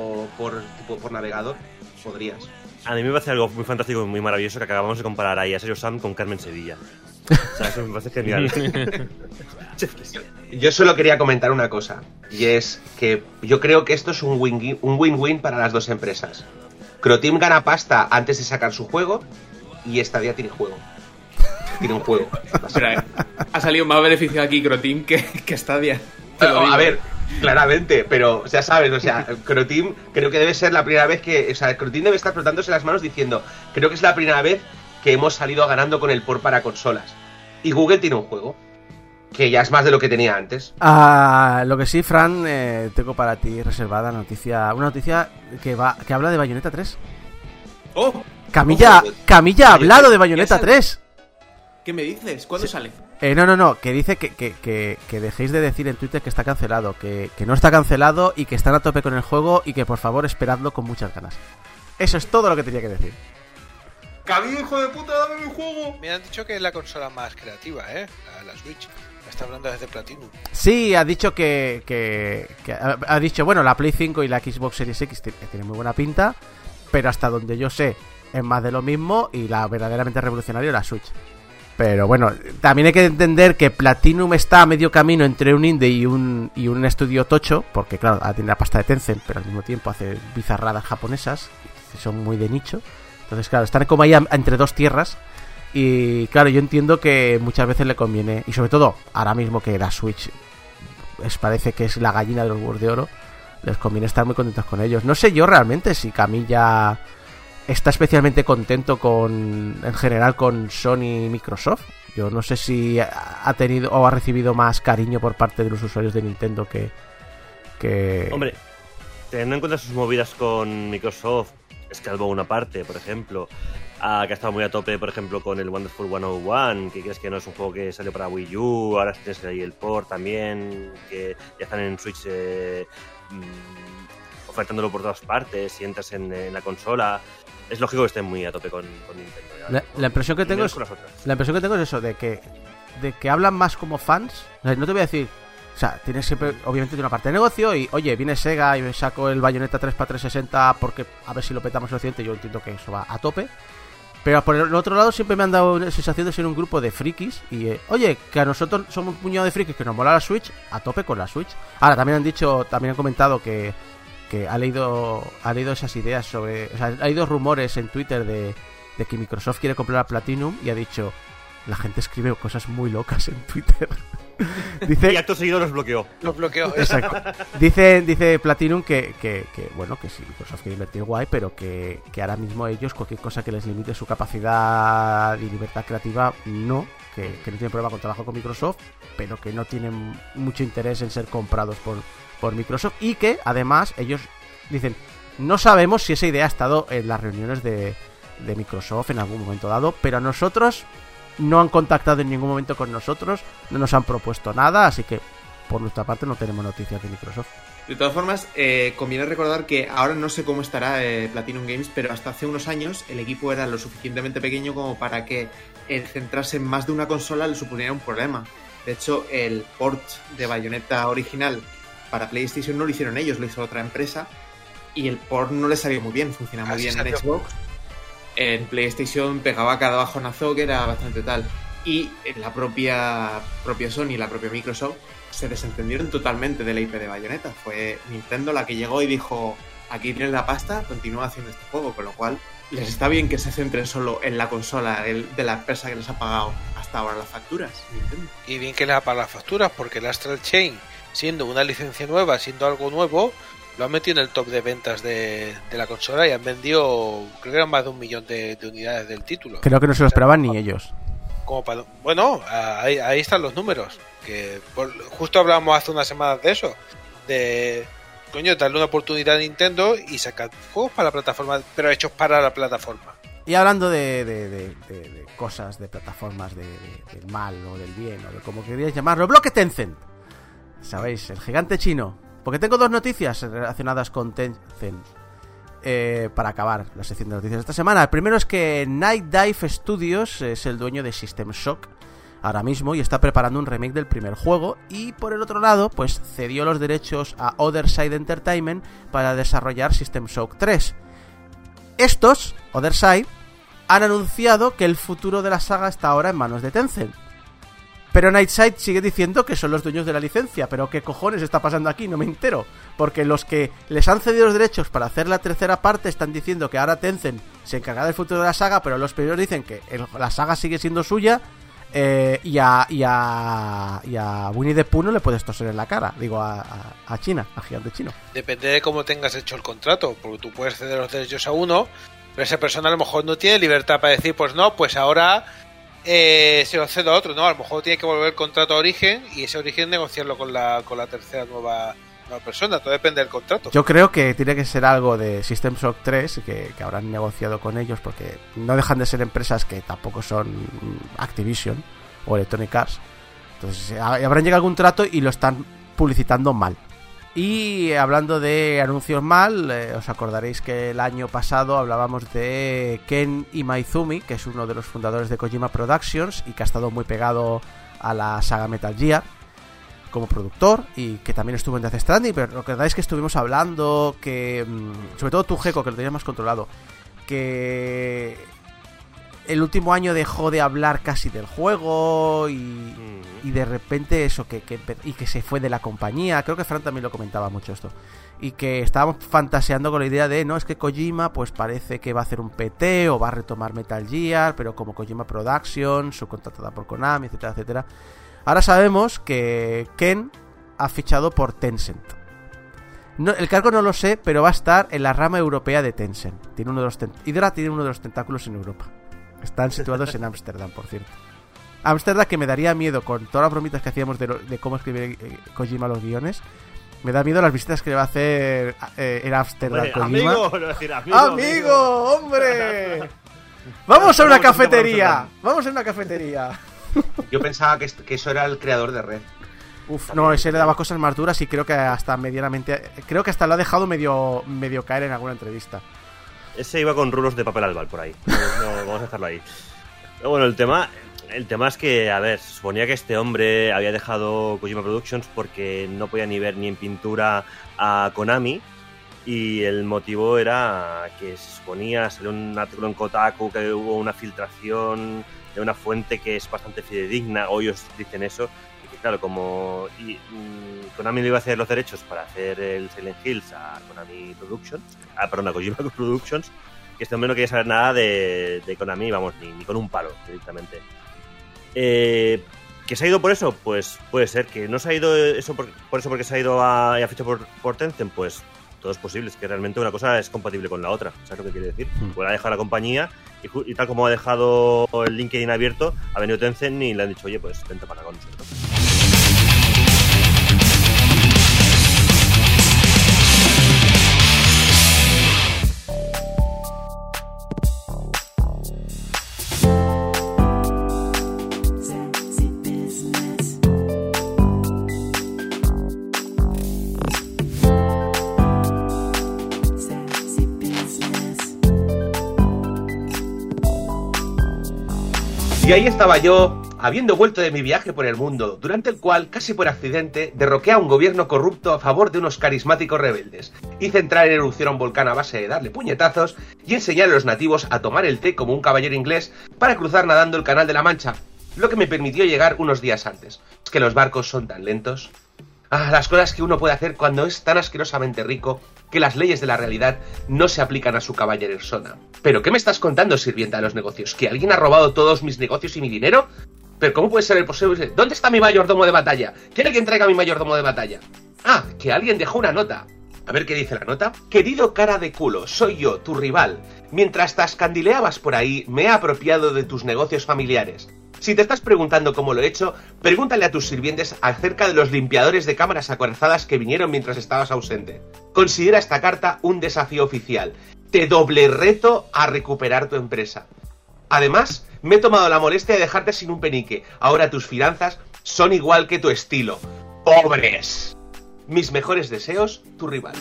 por navegador, podrías. A mí me parece algo muy fantástico y muy maravilloso que acabamos de comparar ahí a Serious Sam con Carmen Sevilla. O sea, eso me parece genial. Yo solo quería comentar una cosa, y es que yo creo que esto es un win-win para las dos empresas. Croteam gana pasta antes de sacar su juego y Stadia tiene juego. Tiene un juego. Pero, ha salido más beneficio aquí Croteam que Stadia. Te lo digo. A ver, claramente, pero ya sabes, o sea, Croteam creo que debe ser la primera vez que... O sea, Croteam debe estar frotándose las manos diciendo, creo que es la primera vez que hemos salido ganando con el port para consolas. Y Google tiene un juego, que ya es más de lo que tenía antes. Lo que sí, Fran, tengo para ti reservada una noticia que habla de Bayonetta 3. ¡Oh! Camilla ha hablado de Bayonetta 3. ¿Qué me dices? ¿Cuándo sale? No, que dice que dejéis de decir en Twitter que está cancelado, que no está cancelado y que están a tope con el juego y que por favor esperadlo con muchas ganas. Eso es todo lo que tenía que decir. ¡Camilla, hijo de puta, dame mi juego! Me han dicho que es la consola más creativa, la Switch. Está hablando desde Platinum. Sí, ha dicho que ha dicho, bueno, la Play 5 y la Xbox Series X tienen muy buena pinta, pero hasta donde yo sé es más de lo mismo y la verdaderamente revolucionaria es la Switch. Pero bueno, también hay que entender que Platinum está a medio camino entre un indie y un estudio tocho, porque claro, tiene la pasta de Tencent, pero al mismo tiempo hace bizarradas japonesas, que son muy de nicho. Entonces claro, están como ahí entre dos tierras. Y claro, yo entiendo que muchas veces le conviene, y sobre todo ahora mismo que la Switch parece que es la gallina de los huevos de oro, les conviene estar muy contentos con ellos. No sé yo realmente si Camilla está especialmente contento en general con Sony y Microsoft. Yo no sé si ha tenido o ha recibido más cariño por parte de los usuarios de Nintendo que... Hombre, teniendo en cuenta sus movidas con Microsoft, Scalebound una parte, por ejemplo, que ha estado muy a tope, por ejemplo, con el Wonderful 101, que crees que no es un juego que salió para Wii U, ahora tienes ahí el port también, que ya están en Switch ofertándolo por todas partes y entras en la consola. Es lógico que estén muy a tope con Nintendo. La impresión que tengo es eso, de que hablan más como fans. O sea, no te voy a decir... O sea, tienes siempre, obviamente, una parte de negocio y, oye, viene Sega y me saco el Bayonetta 3 para 360 porque a ver si lo petamos en Occidente. Yo entiendo que eso va a tope. Pero por el otro lado siempre me han dado la sensación de ser un grupo de frikis y, oye, que a nosotros somos un puñado de frikis que nos mola la Switch, a tope con la Switch. Ahora, también han comentado que ha leído esas ideas sobre... O sea, ha leído rumores en Twitter de que Microsoft quiere comprar a Platinum y ha dicho... la gente escribe cosas muy locas en Twitter. Dice, y acto seguido los bloqueó. Los bloqueó. exacto. Dice Platinum que bueno, que sí, Microsoft quiere invertir guay, pero que ahora mismo ellos, cualquier cosa que les limite su capacidad y libertad creativa, no. Que no tienen problema con trabajo con Microsoft, pero que no tienen mucho interés en ser comprados por Microsoft, y que además ellos dicen, no sabemos si esa idea ha estado en las reuniones de Microsoft en algún momento dado, pero a nosotros no han contactado en ningún momento con nosotros, no nos han propuesto nada, así que por nuestra parte no tenemos noticias de Microsoft. De todas formas, conviene recordar que ahora no sé cómo estará Platinum Games, pero hasta hace unos años el equipo era lo suficientemente pequeño como para que el centrarse en más de una consola le supusiera un problema. De hecho, el port de Bayonetta original para PlayStation no lo hicieron ellos, lo hizo otra empresa, y el port no le salió muy bien, funcionaba muy bien en Xbox. En PlayStation pegaba cada bajonazo que era bastante tal. Y la propia Sony y la propia Microsoft se desentendieron totalmente de la IP de Bayonetta. Fue Nintendo la que llegó y dijo, aquí tienes la pasta, continúa haciendo este juego, con lo cual les está bien que se centren solo en la consola de la empresa que les ha pagado hasta ahora las facturas, Nintendo. Y bien que les ha pagado las facturas, porque el Astral Chain, siendo una licencia nueva, siendo algo nuevo, lo han metido en el top de ventas de la consola y han vendido, creo que eran más de 1 millón de unidades del título. Creo que no se lo esperaban ni ellos. Bueno, ahí están los números. Que justo hablábamos hace unas semanas de eso. De, coño, darle una oportunidad a Nintendo y sacar juegos para la plataforma, pero hechos para la plataforma. Y hablando de cosas, de plataformas, del mal o del bien, o de como queríais llamarlo, bloque Tencent. ¿Sabéis? El gigante chino. Porque tengo 2 noticias relacionadas con Tencent. Para acabar la sección de noticias de esta semana. El primero es que Night Dive Studios es el dueño de System Shock ahora mismo y está preparando un remake del primer juego, y por el otro lado pues cedió los derechos a Other Side Entertainment para desarrollar System Shock 3. Estos, Other Side, han anunciado que el futuro de la saga está ahora en manos de Tencent. Pero Nightside sigue diciendo que son los dueños de la licencia. ¿Pero qué cojones está pasando aquí? No me entero. Porque los que les han cedido los derechos para hacer la tercera parte están diciendo que ahora Tencent se encarga del futuro de la saga, pero los primeros dicen que la saga sigue siendo suya, y a Winnie the Pooh no le puedes toser en la cara. Digo, a China, al gigante chino. Depende de cómo tengas hecho el contrato, porque tú puedes ceder los derechos a uno, pero esa persona a lo mejor no tiene libertad para decir, pues no, pues ahora... se lo cedo a otro, ¿no? A lo mejor tiene que volver el contrato a origen y ese origen negociarlo con la tercera nueva persona. Todo depende del contrato. Yo creo que tiene que ser algo de System Shock 3 que habrán negociado con ellos, porque no dejan de ser empresas que tampoco son Activision o Electronic Arts. Entonces habrán llegado a algún trato y lo están publicitando mal. Y hablando de anuncios mal, os acordaréis que el año pasado hablábamos de Ken Imaizumi, que es uno de los fundadores de Kojima Productions y que ha estado muy pegado a la saga Metal Gear como productor, y que también estuvo en Death Stranding. Pero recordáis que estuvimos hablando que, sobre todo tú, Gecko, que lo tenías más controlado, que el último año dejó de hablar casi del juego y de repente eso, que se fue de la compañía. Creo que Fran también lo comentaba mucho esto. Y que estábamos fantaseando con la idea de, no, es que Kojima pues parece que va a hacer un PT o va a retomar Metal Gear, pero como Kojima Productions, subcontratada por Konami, etcétera, etcétera. Ahora sabemos que Ken ha fichado por Tencent. No, el cargo no lo sé, pero va a estar en la rama europea de Tencent. Idra tiene uno de los tentáculos en Europa. Están situados en Ámsterdam, por cierto. Ámsterdam, que me daría miedo con todas las bromitas que hacíamos de cómo escribir Kojima los guiones. Me da miedo las visitas que le va a hacer en Ámsterdam, Kojima. ¡Amigo, hombre! ¡Vamos a una cafetería! ¡Vamos a una cafetería! Yo pensaba que eso era el creador de Red. Uf, no, ese le daba cosas más duras y creo que hasta medianamente... Creo que hasta lo ha dejado medio caer en alguna entrevista. Ese iba con rulos de papel albal por ahí. No, vamos a dejarlo ahí. Pero bueno, el tema es que, a ver, se suponía que este hombre había dejado Kojima Productions porque no podía ni ver ni en pintura a Konami, y el motivo era que se suponía, salió un artículo en Kotaku que hubo una filtración de una fuente que es bastante fidedigna, o ellos dicen eso, y que claro, como Konami le iba a hacer los derechos para hacer el Silent Hills a Konami Productions, a Kojima Productions, que este hombre no quería saber nada de Konami, vamos, ni con un palo, directamente. ¿Que se ha ido por eso? Pues puede ser. ¿Que no se ha ido eso por eso porque se ha ido y ha fichado por Tencent? Pues todo es posible. Es que realmente una cosa es compatible con la otra. ¿Sabes lo que quiere decir? Pues ha dejado la compañía y tal como ha dejado el LinkedIn abierto, ha venido Tencent y le han dicho, oye, pues vente para con nosotros. Y ahí estaba yo, habiendo vuelto de mi viaje por el mundo, durante el cual, casi por accidente, derroqué a un gobierno corrupto a favor de unos carismáticos rebeldes. Hice entrar en erupción a un volcán a base de darle puñetazos y enseñar a los nativos a tomar el té como un caballero inglés para cruzar nadando el Canal de la Mancha, lo que me permitió llegar unos días antes. Es que los barcos son tan lentos. Las cosas que uno puede hacer cuando es tan asquerosamente rico que las leyes de la realidad no se aplican a su caballeresona. ¿Pero qué me estás contando, sirvienta de los negocios? ¿Que alguien ha robado todos mis negocios y mi dinero? ¿Pero cómo puede ser posible? ¿Dónde está mi mayordomo de batalla? ¿Que alguien traiga mi mayordomo de batalla? Que alguien dejó una nota. A ver qué dice la nota. Querido cara de culo, soy yo, tu rival. Mientras tascandileabas por ahí, me he apropiado de tus negocios familiares. Si te estás preguntando cómo lo he hecho, pregúntale a tus sirvientes acerca de los limpiadores de cámaras acorazadas que vinieron mientras estabas ausente. Considera esta carta un desafío oficial. Te doble reto a recuperar tu empresa. Además, me he tomado la molestia de dejarte sin un penique. Ahora tus finanzas son igual que tu estilo. ¡Pobres! Mis mejores deseos, tu rival.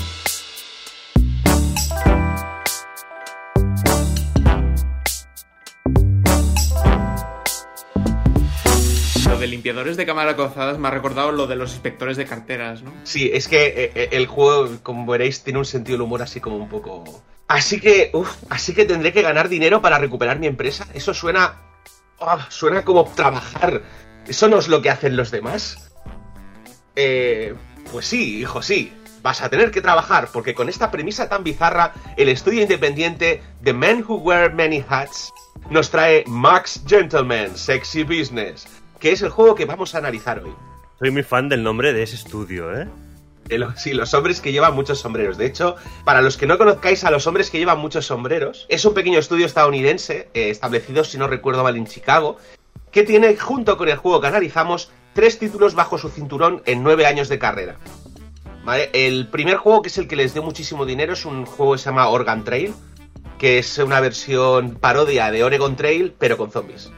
De limpiadores de cámara acorazadas me ha recordado lo de los inspectores de carteras, ¿no? Sí, es que el juego, como veréis, tiene un sentido del humor así como un poco... Así que tendré que ganar dinero para recuperar mi empresa. Eso suena como trabajar. ¿Eso no es lo que hacen los demás? Pues sí, hijo, sí. Vas a tener que trabajar, porque con esta premisa tan bizarra, el estudio independiente The Men Who Wear Many Hats nos trae Max Gentleman, Sexy Business, que es el juego que vamos a analizar hoy. Soy muy fan del nombre de ese estudio, ¿eh? Sí, los hombres que llevan muchos sombreros. De hecho, para los que no conozcáis a los hombres que llevan muchos sombreros, es un pequeño estudio estadounidense, establecido, si no recuerdo mal, en Chicago, que tiene, junto con el juego que analizamos, 3 títulos bajo su cinturón en 9 años de carrera. ¿Vale? El primer juego, que es el que les dio muchísimo dinero, es un juego que se llama Oregon Trail, que es una versión parodia de Oregon Trail, pero con zombies.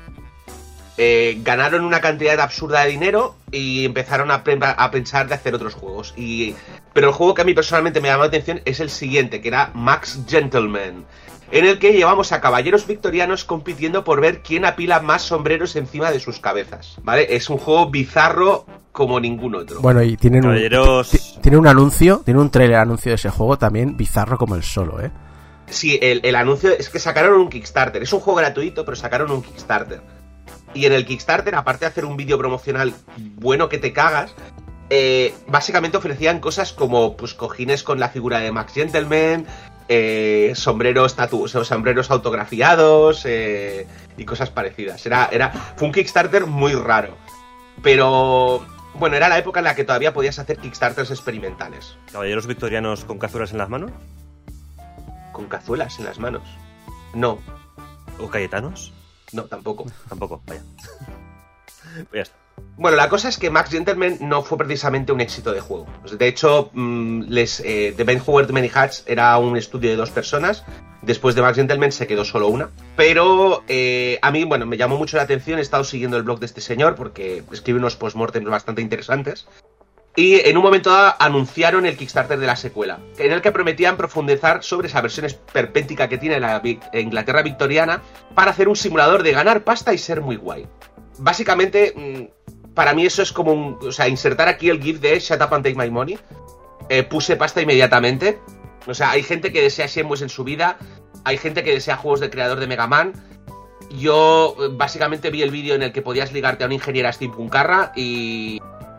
Ganaron una cantidad absurda de dinero y empezaron a pensar de hacer otros juegos. Pero el juego que a mí personalmente me llamó la atención es el siguiente, que era Max Gentleman, en el que llevamos a caballeros victorianos compitiendo por ver quién apila más sombreros encima de sus cabezas. ¿Vale? Es un juego bizarro como ningún otro. Bueno, y tiene un anuncio, tiene un trailer anuncio de ese juego también bizarro como el solo, ¿eh? Sí, el anuncio es que sacaron un Kickstarter. Es un juego gratuito, pero sacaron un Kickstarter. Y en el Kickstarter, aparte de hacer un vídeo promocional bueno que te cagas, básicamente ofrecían cosas como pues cojines con la figura de Max Gentleman, sombreros autografiados y cosas parecidas. Fue un Kickstarter muy raro. Pero bueno, era la época en la que todavía podías hacer Kickstarters experimentales. ¿Caballeros victorianos con cazuelas en las manos? ¿Con cazuelas en las manos? No. ¿O cayetanos? No, tampoco. Tampoco, vaya. Pues ya está. Bueno, la cosa es que Max Gentleman no fue precisamente un éxito de juego. De hecho, The Men Who Wear Many Hats era un estudio de 2 personas. Después de Max Gentleman se quedó solo una. Pero a mí, bueno, me llamó mucho la atención. He estado siguiendo el blog de este señor porque escribe unos postmortems bastante interesantes. Y en un momento dado anunciaron el Kickstarter de la secuela, en el que prometían profundizar sobre esa versión esperpéntica que tiene la Inglaterra victoriana para hacer un simulador de ganar pasta y ser muy guay. Básicamente, para mí eso es como insertar aquí el GIF de Shut Up and Take My Money. Puse pasta inmediatamente. O sea, hay gente que desea Shenmue en su vida, hay gente que desea juegos de creador de Mega Man. Yo básicamente vi el vídeo en el que podías ligarte a una ingeniera steampunkarra y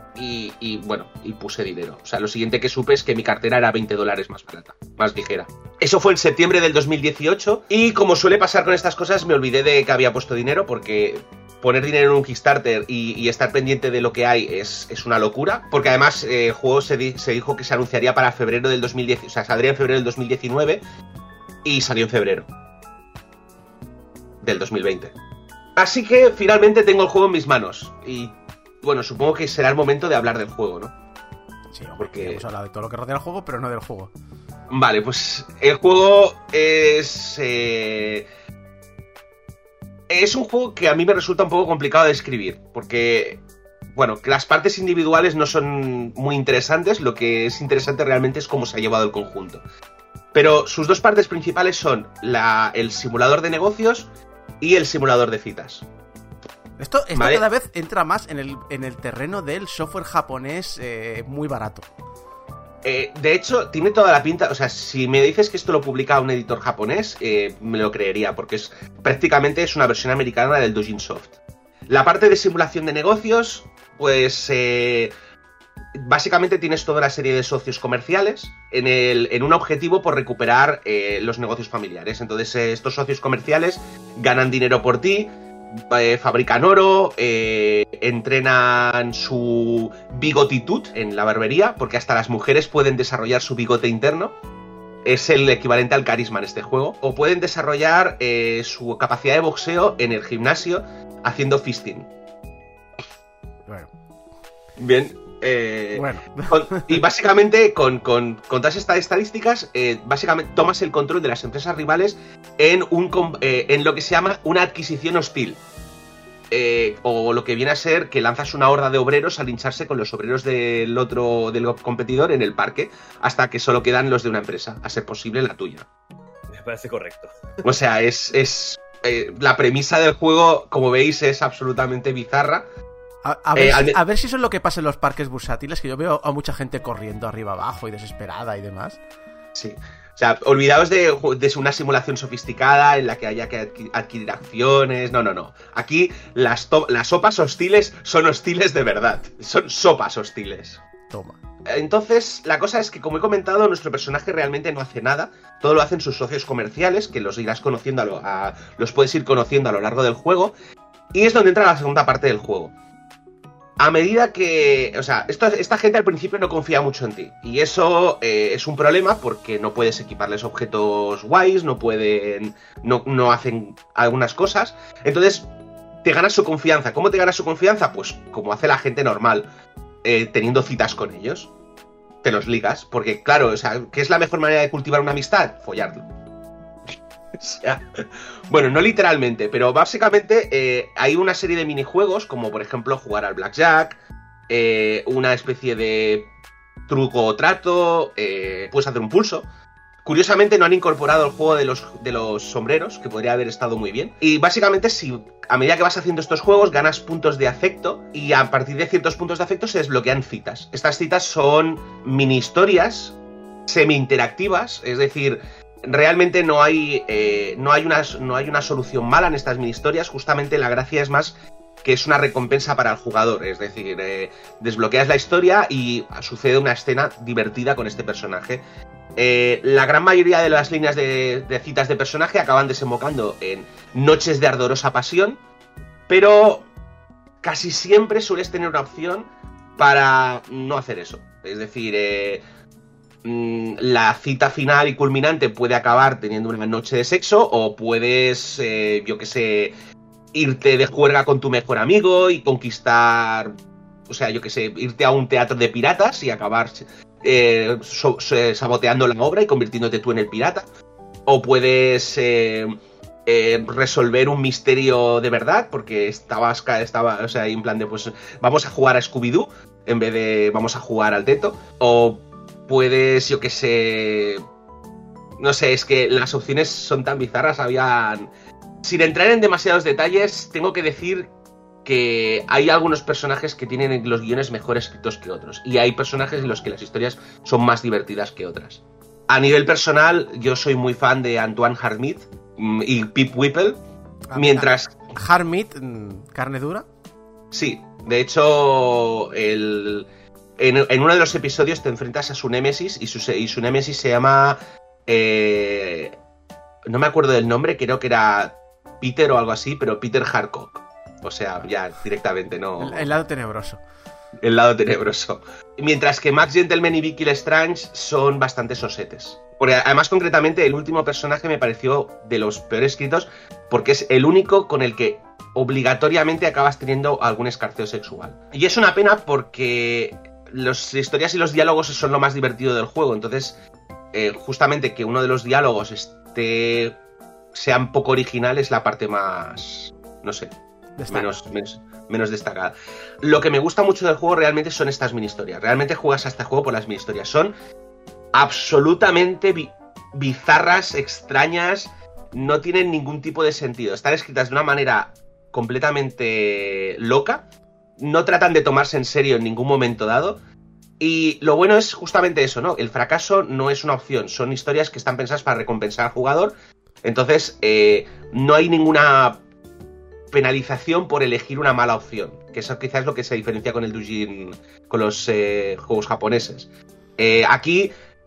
puse dinero. O sea, lo siguiente que supe es que mi cartera era $20 más barata, más ligera. Eso fue en septiembre del 2018 y como suele pasar con estas cosas me olvidé de que había puesto dinero porque poner dinero en un Kickstarter y estar pendiente de lo que hay es una locura, porque además el juego se dijo que se anunciaría para febrero del 2010, o sea, saldría en febrero del 2019 y salió en febrero del 2020. Así que finalmente tengo el juego en mis manos y bueno, supongo que será el momento de hablar del juego, ¿no? Sí, hombre, Porque hemos hablado de todo lo que rodea el juego, pero no del juego. Vale, pues el juego es un juego que a mí me resulta un poco complicado de escribir, porque, bueno, que las partes individuales no son muy interesantes, lo que es interesante realmente es cómo se ha llevado el conjunto. Pero sus dos partes principales son el simulador de negocios y el simulador de citas. Esto ¿Vale? Cada vez entra más en el terreno del software japonés muy barato. De hecho, tiene toda la pinta, o sea, si me dices que esto lo publica un editor japonés, me lo creería, porque prácticamente es una versión americana del Dojin Soft. La parte de simulación de negocios, pues básicamente tienes toda la serie de socios comerciales en un objetivo por recuperar los negocios familiares. Entonces estos socios comerciales ganan dinero por ti, fabrican oro, entrenan su bigotitud en la barbería, porque hasta las mujeres pueden desarrollar su bigote interno. Es el equivalente al carisma en este juego. O pueden desarrollar su capacidad de boxeo en el gimnasio haciendo fisting. Bueno. Bien. Bueno. Y básicamente con todas estas estadísticas, básicamente tomas el control de las empresas rivales en lo que se llama una adquisición hostil. O lo que viene a ser que lanzas una horda de obreros a lincharse con los obreros del competidor en el parque, hasta que solo quedan los de una empresa, a ser posible la tuya. Me parece correcto. O sea, la premisa del juego, como veis, es absolutamente bizarra. A ver si eso es lo que pasa en los parques bursátiles, que yo veo a mucha gente corriendo arriba abajo y desesperada y demás. Sí. O sea, olvidaos de una simulación sofisticada en la que haya que adquirir acciones. No. Aquí las sopas hostiles son hostiles de verdad. Son sopas hostiles. Toma. Entonces, la cosa es que, como he comentado, nuestro personaje realmente no hace nada. Todo lo hacen sus socios comerciales, que los irás conociendo los puedes ir conociendo a lo largo del juego. Y es donde entra la segunda parte del juego. A medida que... O sea, esta gente al principio no confía mucho en ti. Y eso es un problema porque no puedes equiparles objetos guays, no hacen algunas cosas. Entonces, te ganas su confianza. ¿Cómo te ganas su confianza? Pues como hace la gente normal, teniendo citas con ellos. Te los ligas. Porque, claro, o sea, ¿qué es la mejor manera de cultivar una amistad? Follarlo. O sea, bueno, no literalmente, pero básicamente hay una serie de minijuegos, como por ejemplo jugar al blackjack, una especie de truco o trato, puedes hacer un pulso. Curiosamente no han incorporado el juego de los sombreros, que podría haber estado muy bien. Y básicamente a medida que vas haciendo estos juegos ganas puntos de afecto, y a partir de ciertos puntos de afecto se desbloquean citas. Estas citas son mini historias semi-interactivas, es decir... Realmente no hay una solución mala en estas mini historias. Justamente la gracia es más que es una recompensa para el jugador. Es decir, desbloqueas la historia y sucede una escena divertida con este personaje. La gran mayoría de las líneas de citas de personaje acaban desembocando en noches de ardorosa pasión, pero casi siempre sueles tener una opción para no hacer eso. Es decir, la cita final y culminante puede acabar teniendo una noche de sexo, o puedes, irte de juerga con tu mejor amigo y conquistar, irte a un teatro de piratas y acabar saboteando la obra y convirtiéndote tú en el pirata. O puedes resolver un misterio de verdad, porque estaba, en plan de, pues, vamos a jugar a Scooby-Doo en vez de vamos a jugar al teto. O puedes, no sé, es que las opciones son tan bizarras. Sin entrar en demasiados detalles, tengo que decir que hay algunos personajes que tienen los guiones mejor escritos que otros, y hay personajes en los que las historias son más divertidas que otras. A nivel personal, yo soy muy fan de Antoine Harmit y Pip Whipple, mientras... ¿Harmit, carne dura? Sí, de hecho, en uno de los episodios te enfrentas a su némesis, y su némesis se llama... no me acuerdo del nombre, creo que era Peter o algo así, pero Peter Harcock. O sea, ya directamente no. El lado tenebroso. El lado tenebroso. Mientras que Max Gentleman y Vicky Lestrange son bastante sosetes. Porque además, concretamente, el último personaje me pareció de los peores escritos porque es el único con el que obligatoriamente acabas teniendo algún escarceo sexual. Y es una pena porque las historias y los diálogos son lo más divertido del juego. Entonces, justamente que uno de los diálogos sean poco original es la parte más, no sé, menos destacada. Lo que me gusta mucho del juego realmente son estas mini historias. Realmente juegas a este juego por las mini historias. Son absolutamente bizarras, extrañas, no tienen ningún tipo de sentido. Están escritas de una manera completamente loca, no tratan de tomarse en serio en ningún momento dado. Y lo bueno es justamente eso, ¿no? El fracaso no es una opción, son historias que están pensadas para recompensar al jugador. Entonces, no hay ninguna penalización por elegir una mala opción, que eso quizás es lo que se diferencia con el Doujin, con los juegos japoneses. Aquí,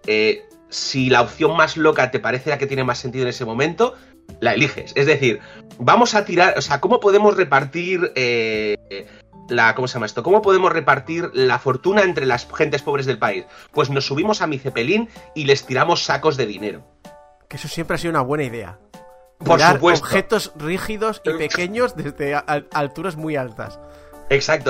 si la opción más loca te parece la que tiene más sentido en ese momento, la eliges. Es decir, vamos a tirar, o sea, ¿cómo podemos repartir ¿cómo se llama esto? ¿Cómo podemos repartir la fortuna entre las gentes pobres del país? Pues nos subimos a mi cepelín y les tiramos sacos de dinero. Que eso siempre ha sido una buena idea. Por Tirar supuesto. Objetos rígidos y pequeños desde alturas muy altas. Exacto.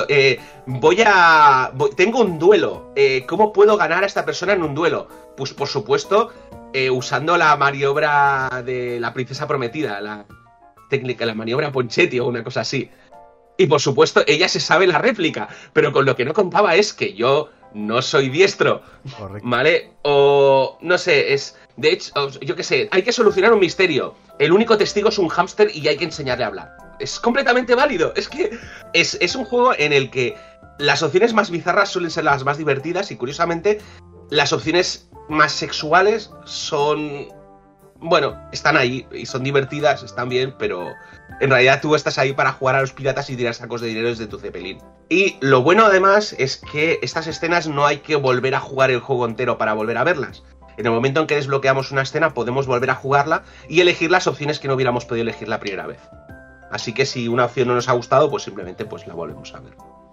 Tengo un duelo. ¿Cómo puedo ganar a esta persona en un duelo? Pues por supuesto, usando la maniobra de la princesa prometida, la técnica, la maniobra Ponchetti o una cosa así. Y por supuesto, ella se sabe la réplica, pero con lo que no contaba es que yo no soy diestro. Correcto. ¿Vale? O no sé, de hecho, yo qué sé, hay que solucionar un misterio. El único testigo es un hámster y hay que enseñarle a hablar. Es completamente válido. Es que es un juego en el que las opciones más bizarras suelen ser las más divertidas y, curiosamente, las opciones más sexuales son... Bueno, están ahí y son divertidas, están bien, pero en realidad tú estás ahí para jugar a los piratas y tirar sacos de dinero desde tu cepelín. Y lo bueno además es que estas escenas no hay que volver a jugar el juego entero para volver a verlas. En el momento en que desbloqueamos una escena podemos volver a jugarla y elegir las opciones que no hubiéramos podido elegir la primera vez. Así que si una opción no nos ha gustado, pues simplemente pues la volvemos a ver.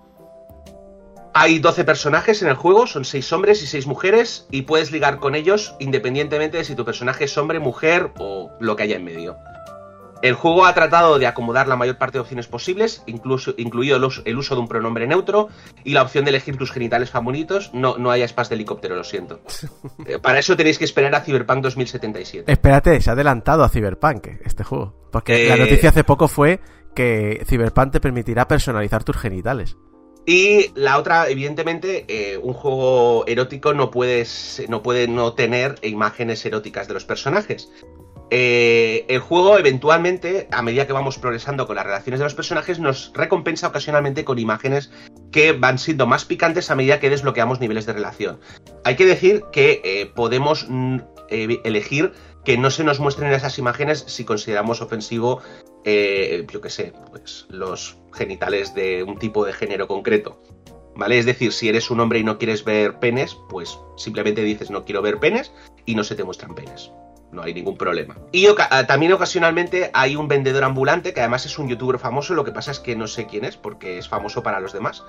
Hay 12 personajes en el juego, son 6 hombres y 6 mujeres, y puedes ligar con ellos independientemente de si tu personaje es hombre, mujer o lo que haya en medio. El juego ha tratado de acomodar la mayor parte de opciones posibles, incluido el uso de un pronombre neutro y la opción de elegir tus genitales favoritos. No hay aspas de helicóptero, lo siento. Para eso tenéis que esperar a Cyberpunk 2077. Espérate, se ha adelantado a Cyberpunk este juego. Porque la noticia hace poco fue que Cyberpunk te permitirá personalizar tus genitales. Y la otra, evidentemente, un juego erótico no puede no tener imágenes eróticas de los personajes. El juego, eventualmente, a medida que vamos progresando con las relaciones de los personajes, nos recompensa ocasionalmente con imágenes que van siendo más picantes a medida que desbloqueamos niveles de relación. Hay que decir que podemos elegir que no se nos muestren esas imágenes si consideramos ofensivo, yo qué sé, pues los genitales de un tipo de género concreto, ¿vale? Es decir, si eres un hombre y no quieres ver penes, pues simplemente dices no quiero ver penes y no se te muestran penes. No hay ningún problema. Y también ocasionalmente hay un vendedor ambulante que además es un youtuber famoso, lo que pasa es que no sé quién es porque es famoso para los demás.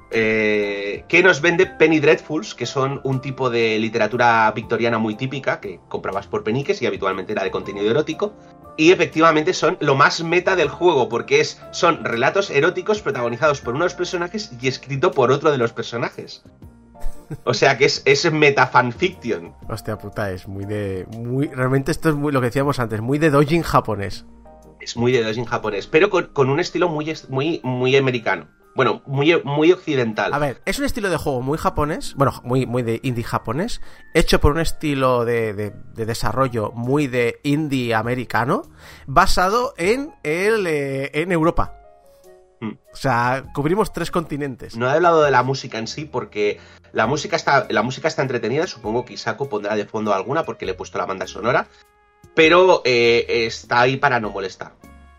Que nos vende Penny Dreadfuls, que son un tipo de literatura victoriana muy típica que comprabas por peniques y habitualmente era de contenido erótico. Y efectivamente son lo más meta del juego, porque son relatos eróticos protagonizados por uno de los personajes y escrito por otro de los personajes. O sea que es meta fanfiction. Hostia puta, es realmente esto es muy lo que decíamos antes, muy de doujin japonés. Es muy de doujin japonés, pero con un estilo muy americano. Bueno, muy occidental. A ver, es un estilo de juego muy japonés, bueno, muy de indie japonés, hecho por un estilo de desarrollo muy de indie americano, basado en Europa. O sea, cubrimos 3 continentes. No he hablado de la música en sí porque la música está entretenida. Supongo que Isako pondrá de fondo alguna porque le he puesto la banda sonora, pero está ahí para no molestar.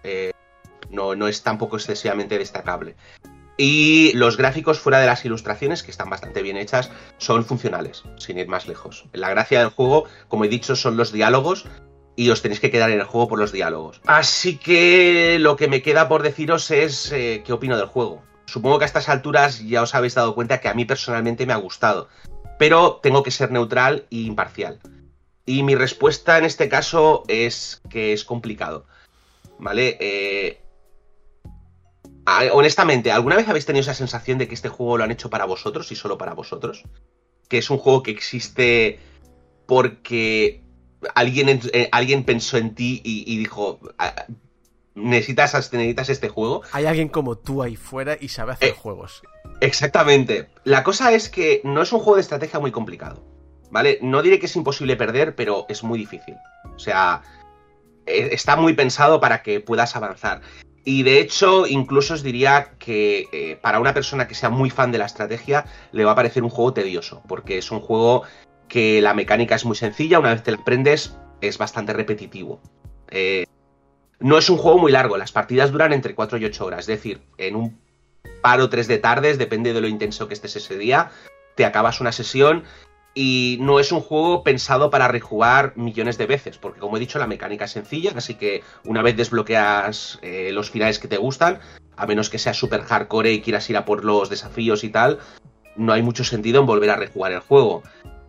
No es tampoco excesivamente destacable. Y los gráficos, fuera de las ilustraciones, que están bastante bien hechas, son funcionales, sin ir más lejos. La gracia del juego, como he dicho, son los diálogos, y os tenéis que quedar en el juego por los diálogos. Así que lo que me queda por deciros es qué opino del juego. Supongo que a estas alturas ya os habéis dado cuenta que a mí personalmente me ha gustado, pero tengo que ser neutral e imparcial. Y mi respuesta en este caso es que es complicado, ¿vale? Honestamente, ¿alguna vez habéis tenido esa sensación de que este juego lo han hecho para vosotros y solo para vosotros? Que es un juego que existe porque alguien pensó en ti y dijo, necesitas este juego. Hay alguien como tú ahí fuera y sabe hacer juegos. Exactamente. La cosa es que no es un juego de estrategia muy complicado, ¿vale? No diré que es imposible perder, pero es muy difícil. O sea, está muy pensado para que puedas avanzar. Y de hecho, incluso os diría que para una persona que sea muy fan de la estrategia, le va a parecer un juego tedioso, porque es un juego que la mecánica es muy sencilla, una vez te la aprendes, es bastante repetitivo. No es un juego muy largo, las partidas duran entre 4 y 8 horas, es decir, en un par o 3 de tardes, depende de lo intenso que estés ese día, te acabas una sesión. Y no es un juego pensado para rejugar millones de veces, porque como he dicho, la mecánica es sencilla, así que una vez desbloqueas los finales que te gustan, a menos que seas super hardcore y quieras ir a por los desafíos y tal, no hay mucho sentido en volver a rejugar el juego.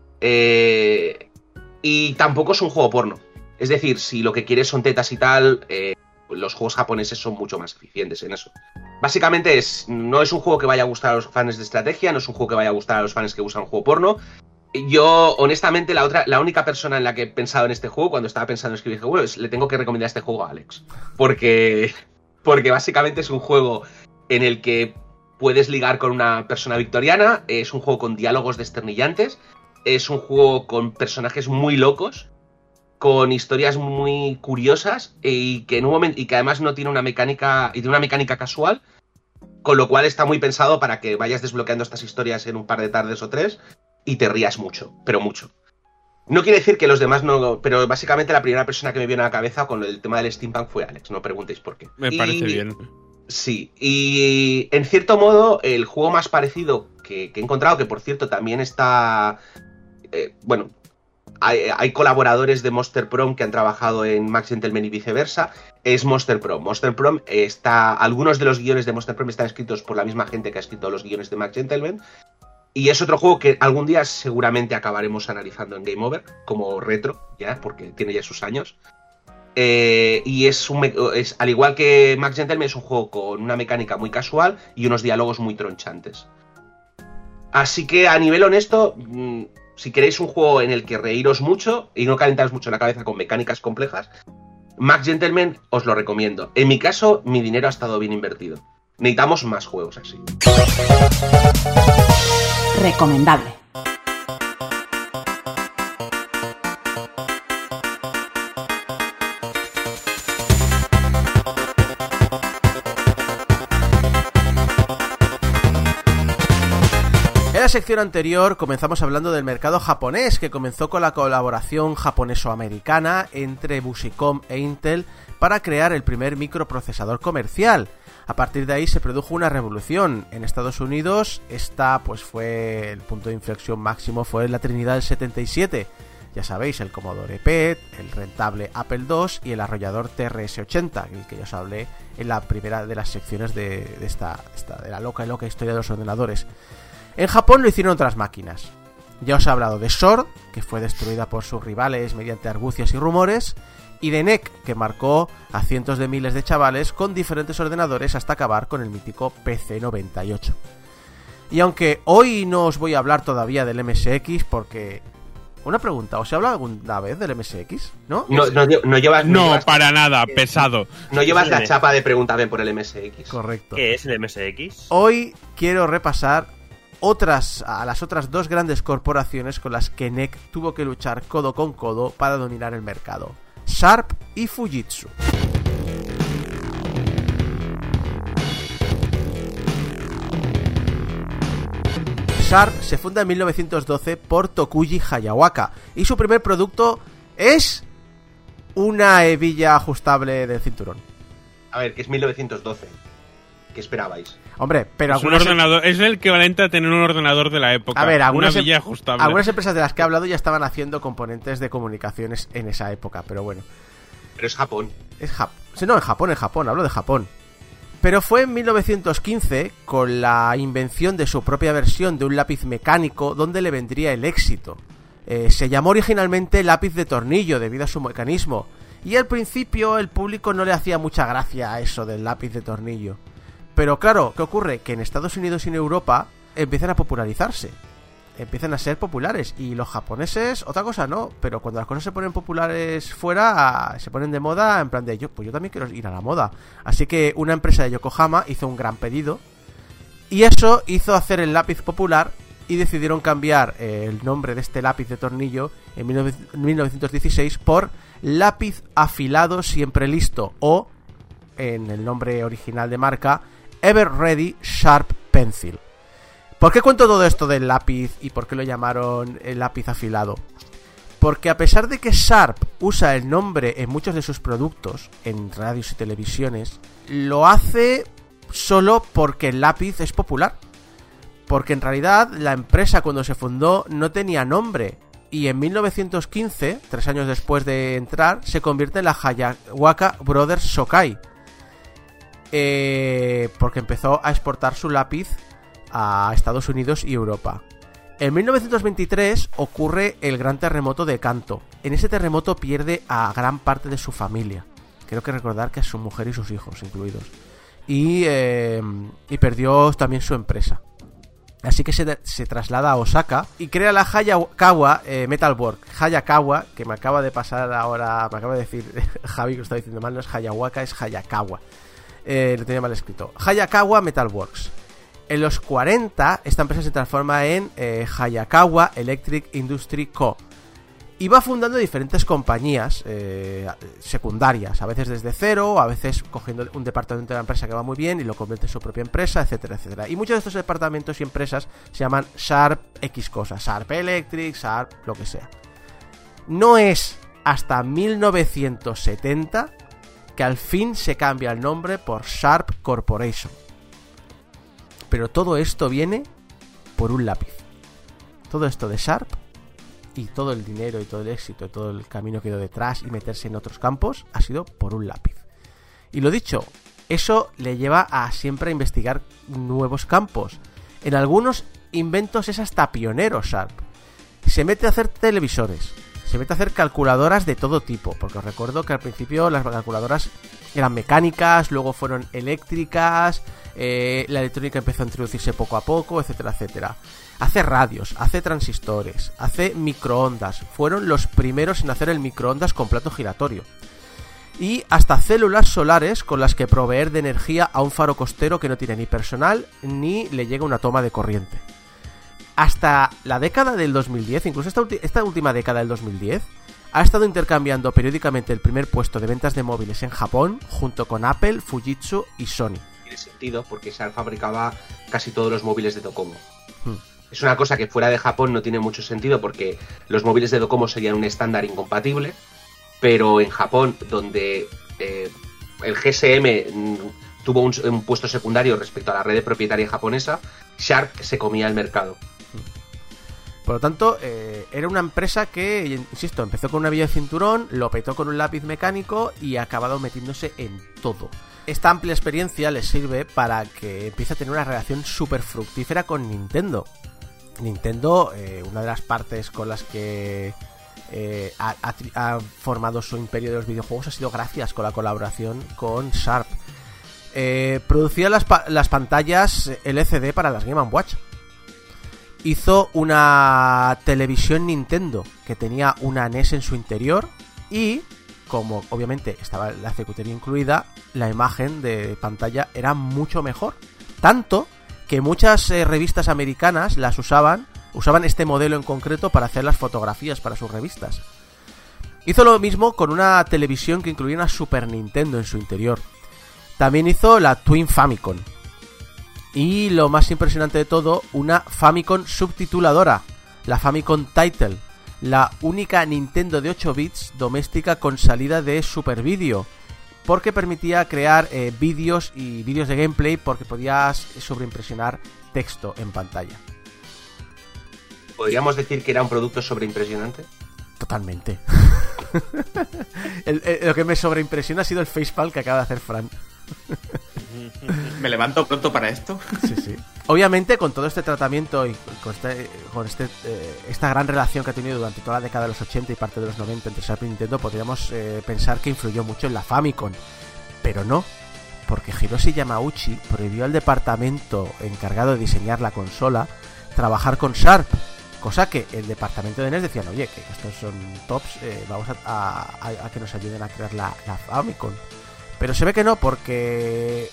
Y tampoco es un juego porno. Es decir, si lo que quieres son tetas y tal, los juegos japoneses son mucho más eficientes en eso. Básicamente no es un juego que vaya a gustar a los fans de estrategia, no es un juego que vaya a gustar a los fans que usan un juego porno. Yo, honestamente, la única persona en la que he pensado en este juego, cuando estaba pensando en escribir este juego, le tengo que recomendar este juego a Alex. Porque básicamente es un juego en el que puedes ligar con una persona victoriana, es un juego con diálogos desternillantes, es un juego con personajes muy locos, con historias muy curiosas y que además no tiene una mecánica, y tiene una mecánica casual, con lo cual está muy pensado para que vayas desbloqueando estas historias en un par de tardes o 3 y te rías mucho, pero mucho. No quiere decir que los demás no, pero básicamente la primera persona que me vino a la cabeza con el tema del steampunk fue Alex, no preguntéis por qué. Me parece bien. Sí, y en cierto modo el juego más parecido que he encontrado, que por cierto también está... hay colaboradores de Monster Prom que han trabajado en Max Gentleman y viceversa, es Monster Prom. Monster Prom algunos de los guiones de Monster Prom están escritos por la misma gente que ha escrito los guiones de Max Gentleman. Y es otro juego que algún día seguramente acabaremos analizando en Game Over, como retro, ya, porque tiene ya sus años. Y es al igual que Max Gentleman, es un juego con una mecánica muy casual y unos diálogos muy tronchantes. Así que, a nivel honesto, si queréis un juego en el que reíros mucho y no calentaros mucho la cabeza con mecánicas complejas, Max Gentleman os lo recomiendo. En mi caso, mi dinero ha estado bien invertido. Necesitamos más juegos así. Recomendable. En la sección anterior comenzamos hablando del mercado japonés, que comenzó con la colaboración japoneso-americana entre Busicom e Intel para crear el primer microprocesador comercial. A partir de ahí se produjo una revolución. En Estados Unidos fue el punto de inflexión máximo, fue la Trinidad del 77. Ya sabéis, el Commodore PET, el rentable Apple II y el arrollador TRS-80, el que ya os hablé en la primera de las secciones de la loca historia de los ordenadores. En Japón lo hicieron otras máquinas. Ya os he hablado de SWORD, que fue destruida por sus rivales mediante argucias y rumores, y de NEC, que marcó a cientos de miles de chavales con diferentes ordenadores hasta acabar con el mítico PC-98. Y aunque hoy no os voy a hablar todavía del MSX, porque... Una pregunta, ¿os he hablado alguna vez del MSX? ¿No? No llevas... para nada, pesado. No llevas la chapa de preguntarme por el MSX. Correcto. ¿Qué es el MSX? Hoy quiero repasar a las otras dos grandes corporaciones con las que NEC tuvo que luchar codo con codo para dominar el mercado: Sharp y Fujitsu. Sharp se funda en 1912 por Tokuji Hayawaka y su primer producto es una hebilla ajustable del cinturón. A ver, que es 1912. ¿Qué esperabais? Hombre, pero es un ordenador, es el equivalente a tener un ordenador de la época. A ver, una villa ajustable. Algunas empresas de las que he hablado ya estaban haciendo componentes de comunicaciones en esa época, pero bueno. Pero es Japón. Sí, no, en Japón, hablo de Japón. Pero fue en 1915, con la invención de su propia versión de un lápiz mecánico, donde le vendría el éxito. Se llamó originalmente lápiz de tornillo debido a su mecanismo, y al principio el público no le hacía mucha gracia a eso del lápiz de tornillo. Pero claro, ¿qué ocurre? Que en Estados Unidos y en Europa empiezan a popularizarse, empiezan a ser populares, y los japoneses, otra cosa no, pero cuando las cosas se ponen populares fuera, se ponen de moda, en plan de, yo también quiero ir a la moda. Así que una empresa de Yokohama hizo un gran pedido, y eso hizo hacer el lápiz popular, y decidieron cambiar el nombre de este lápiz de tornillo en 1916 por lápiz afilado siempre listo, o, en el nombre original de marca, Ever Ready Sharp Pencil. ¿Por qué cuento todo esto del lápiz y por qué lo llamaron el lápiz afilado? Porque a pesar de que Sharp usa el nombre en muchos de sus productos, en radios y televisiones, lo hace solo porque el lápiz es popular. Porque en realidad la empresa, cuando se fundó, no tenía nombre, y en 1915, 3 años después de entrar, se convierte en la Hayawaka Brothers Shokai, porque empezó a exportar su lápiz a Estados Unidos y Europa. En 1923 ocurre el gran terremoto de Kanto. En ese terremoto pierde a gran parte de su familia. Creo que recordar que a su mujer y sus hijos incluidos. Y perdió también su empresa. Así que se traslada a Osaka y crea la Hayakawa Metalwork. Hayakawa, que me acaba de pasar ahora, me acaba de decir Javi que lo está diciendo mal, no es Hayawaka, es Hayakawa. Lo tenía mal escrito. Hayakawa Metalworks. En los 40, esta empresa se transforma en Hayakawa Electric Industry Co. Y va fundando diferentes compañías secundarias, a veces desde cero, a veces cogiendo un departamento de la empresa que va muy bien y lo convierte en su propia empresa, etcétera, etcétera. Y muchos de estos departamentos y empresas se llaman Sharp X cosas, Sharp Electric, Sharp lo que sea. No es hasta 1970 que al fin se cambia el nombre por Sharp Corporation. Pero todo esto viene por un lápiz. Todo esto de Sharp y todo el dinero y todo el éxito y todo el camino que ha ido detrás y meterse en otros campos ha sido por un lápiz. Y lo dicho, eso le lleva a siempre a investigar nuevos campos. En algunos inventos es hasta pionero Sharp. Se mete a hacer televisores, se mete a hacer calculadoras de todo tipo, porque os recuerdo que al principio las calculadoras eran mecánicas, luego fueron eléctricas, la electrónica empezó a introducirse poco a poco, etcétera, etcétera. Hace radios, hace transistores, hace microondas. Fueron los primeros en hacer el microondas con plato giratorio. Y hasta células solares con las que proveer de energía a un faro costero que no tiene ni personal ni le llega una toma de corriente. Hasta la década del 2010, incluso esta última década del 2010, ha estado intercambiando periódicamente el primer puesto de ventas de móviles en Japón junto con Apple, Fujitsu y Sony. Tiene sentido porque se fabricaba casi todos los móviles de Docomo. Es una cosa que fuera de Japón no tiene mucho sentido porque los móviles de Docomo serían un estándar incompatible, pero en Japón, donde el GSM tuvo un puesto secundario respecto a la red propietaria japonesa, Sharp se comía el mercado. Por lo tanto, era una empresa que, insisto, empezó con una villa de cinturón, lo petó con un lápiz mecánico y ha acabado metiéndose en todo. Esta amplia experiencia les sirve para que empiece a tener una relación súper fructífera con Nintendo. Nintendo, una de las partes con las que ha formado su imperio de los videojuegos ha sido gracias con la colaboración con Sharp. Producía las pantallas LCD para las Game & Watch. Hizo una televisión Nintendo que tenía una NES en su interior y, como obviamente estaba la circuitería incluida, la imagen de pantalla era mucho mejor. Tanto que muchas revistas americanas las usaban este modelo en concreto para hacer las fotografías para sus revistas. Hizo lo mismo con una televisión que incluía una Super Nintendo en su interior. También hizo la Twin Famicom. Y lo más impresionante de todo, una Famicom subtituladora, la Famicom Title, la única Nintendo de 8 bits doméstica con salida de Super Video, porque permitía crear vídeos y vídeos de gameplay porque podías sobreimpresionar texto en pantalla. ¿Podríamos decir que era un producto sobreimpresionante? Totalmente. Lo que me sobreimpresiona ha sido el facepalm que acaba de hacer Fran. Me levanto pronto para esto. Sí. Obviamente, con todo este tratamiento y con esta gran relación que ha tenido durante toda la década de los 80 y parte de los 90 entre Sharp y Nintendo, podríamos pensar que influyó mucho en la Famicom. Pero no, porque Hiroshi Yamauchi prohibió al departamento encargado de diseñar la consola trabajar con Sharp. Cosa que el departamento de NES decían, oye, que estos son tops, vamos a que nos ayuden a crear la Famicom. Pero se ve que no, porque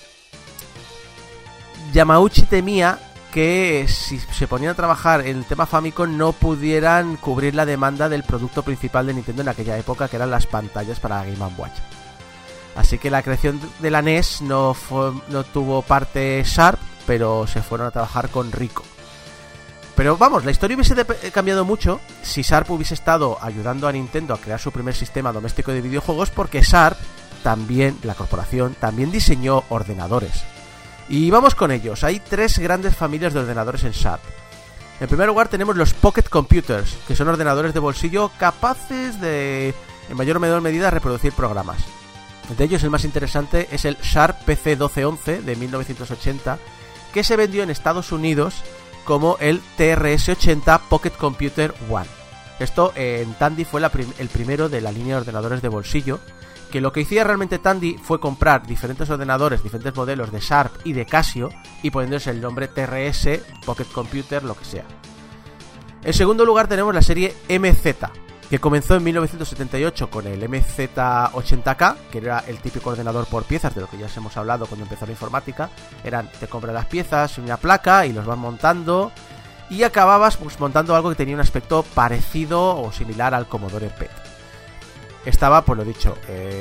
Yamauchi temía que si se ponían a trabajar en el tema Famicom no pudieran cubrir la demanda del producto principal de Nintendo en aquella época, que eran las pantallas para Game & Watch. Así que la creación de la NES no tuvo parte Sharp, pero se fueron a trabajar con Rico. Pero vamos, la historia hubiese cambiado mucho si Sharp hubiese estado ayudando a Nintendo a crear su primer sistema doméstico de videojuegos, porque Sharp también, la corporación, también diseñó ordenadores. Y vamos con ellos. Hay 3 grandes familias de ordenadores en Sharp. En primer lugar tenemos los Pocket Computers, que son ordenadores de bolsillo capaces de, en mayor o menor medida, reproducir programas. De ellos el más interesante es el Sharp PC 1211 de 1980, que se vendió en Estados Unidos como el TRS-80 Pocket Computer One. Esto en Tandy fue el primero de la línea de ordenadores de bolsillo, que lo que hacía realmente Tandy fue comprar diferentes ordenadores, diferentes modelos de Sharp y de Casio, y poniéndose el nombre TRS, Pocket Computer, lo que sea. En segundo lugar tenemos la serie MZ, que comenzó en 1978 con el MZ80K, que era el típico ordenador por piezas, de lo que ya os hemos hablado cuando empezó la informática. Te compras las piezas y una placa y los vas montando, y acababas pues montando algo que tenía un aspecto parecido o similar al Commodore PET. Estaba, pues lo dicho,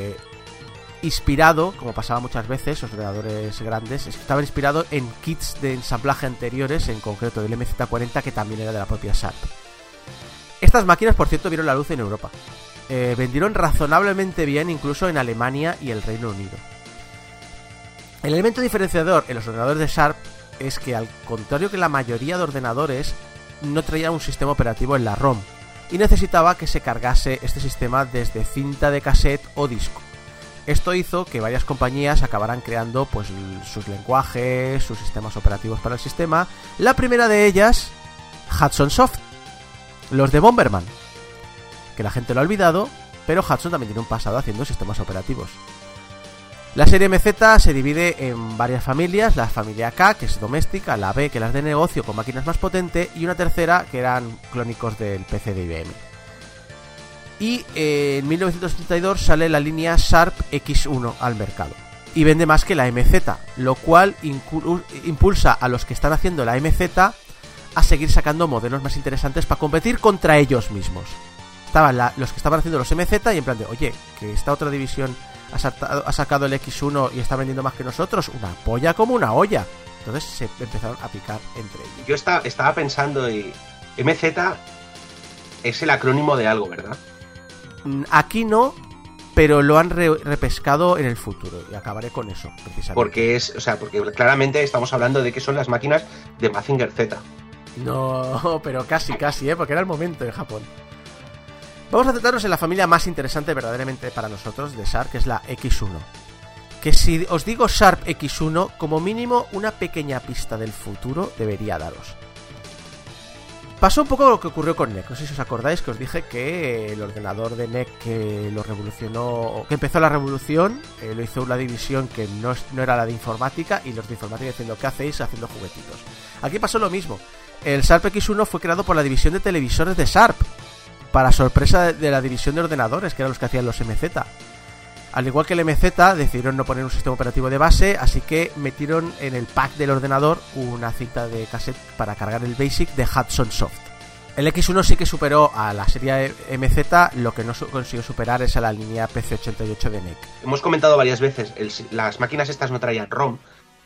inspirado, como pasaba muchas veces, los ordenadores grandes, estaba inspirado en kits de ensamblaje anteriores, en concreto del MZ40, que también era de la propia Sharp. Estas máquinas, por cierto, vieron la luz en Europa. Vendieron razonablemente bien incluso en Alemania y el Reino Unido. El elemento diferenciador en los ordenadores de Sharp es que, al contrario que la mayoría de ordenadores, no traía un sistema operativo en la ROM, y necesitaba que se cargase este sistema desde cinta de cassette o disco. Esto hizo que varias compañías acabaran creando pues sus lenguajes, sus sistemas operativos para el sistema. La primera de ellas, Hudson Soft, los de Bomberman, que la gente lo ha olvidado, pero Hudson también tiene un pasado haciendo sistemas operativos. La serie MZ se divide en varias familias: la familia K, que es doméstica, la B, que es de negocio con máquinas más potentes, y una tercera que eran clónicos del PC de IBM. Y en 1982 sale la línea Sharp X1 al mercado, y vende más que la MZ, lo cual impulsa a los que están haciendo la MZ a seguir sacando modelos más interesantes para competir contra ellos mismos. Estaban los que estaban haciendo los MZ y en plan de, oye, que esta otra división ha sacado el X1 y está vendiendo más que nosotros, una polla como una olla. Entonces se empezaron a picar entre ellos. Yo estaba pensando, y MZ es el acrónimo de algo, ¿verdad? Aquí no, pero lo han repescado en el futuro, y acabaré con eso, precisamente. Porque claramente estamos hablando de que son las máquinas de Mazinger Z. No, pero casi, porque era el momento en Japón. Vamos a centrarnos en la familia más interesante verdaderamente para nosotros de Sharp, que es la X1. Que si os digo Sharp X1, como mínimo una pequeña pista del futuro debería daros. Pasó un poco lo que ocurrió con NEC. No sé si os acordáis que os dije que el ordenador de NEC que lo revolucionó, que empezó la revolución, lo hizo una división que no era la de informática, y los de informática diciendo, ¿qué hacéis? Haciendo juguetitos. Aquí pasó lo mismo. El Sharp X1 fue creado por la división de televisores de Sharp, para sorpresa de la división de ordenadores, que eran los que hacían los MZ. Al igual que el MZ, decidieron no poner un sistema operativo de base, así que metieron en el pack del ordenador una cinta de cassette para cargar el BASIC de Hudson Soft. El X1 sí que superó a la serie MZ, lo que no consiguió superar es a la línea PC88 de NEC. Hemos comentado varias veces, las máquinas estas no traían ROM.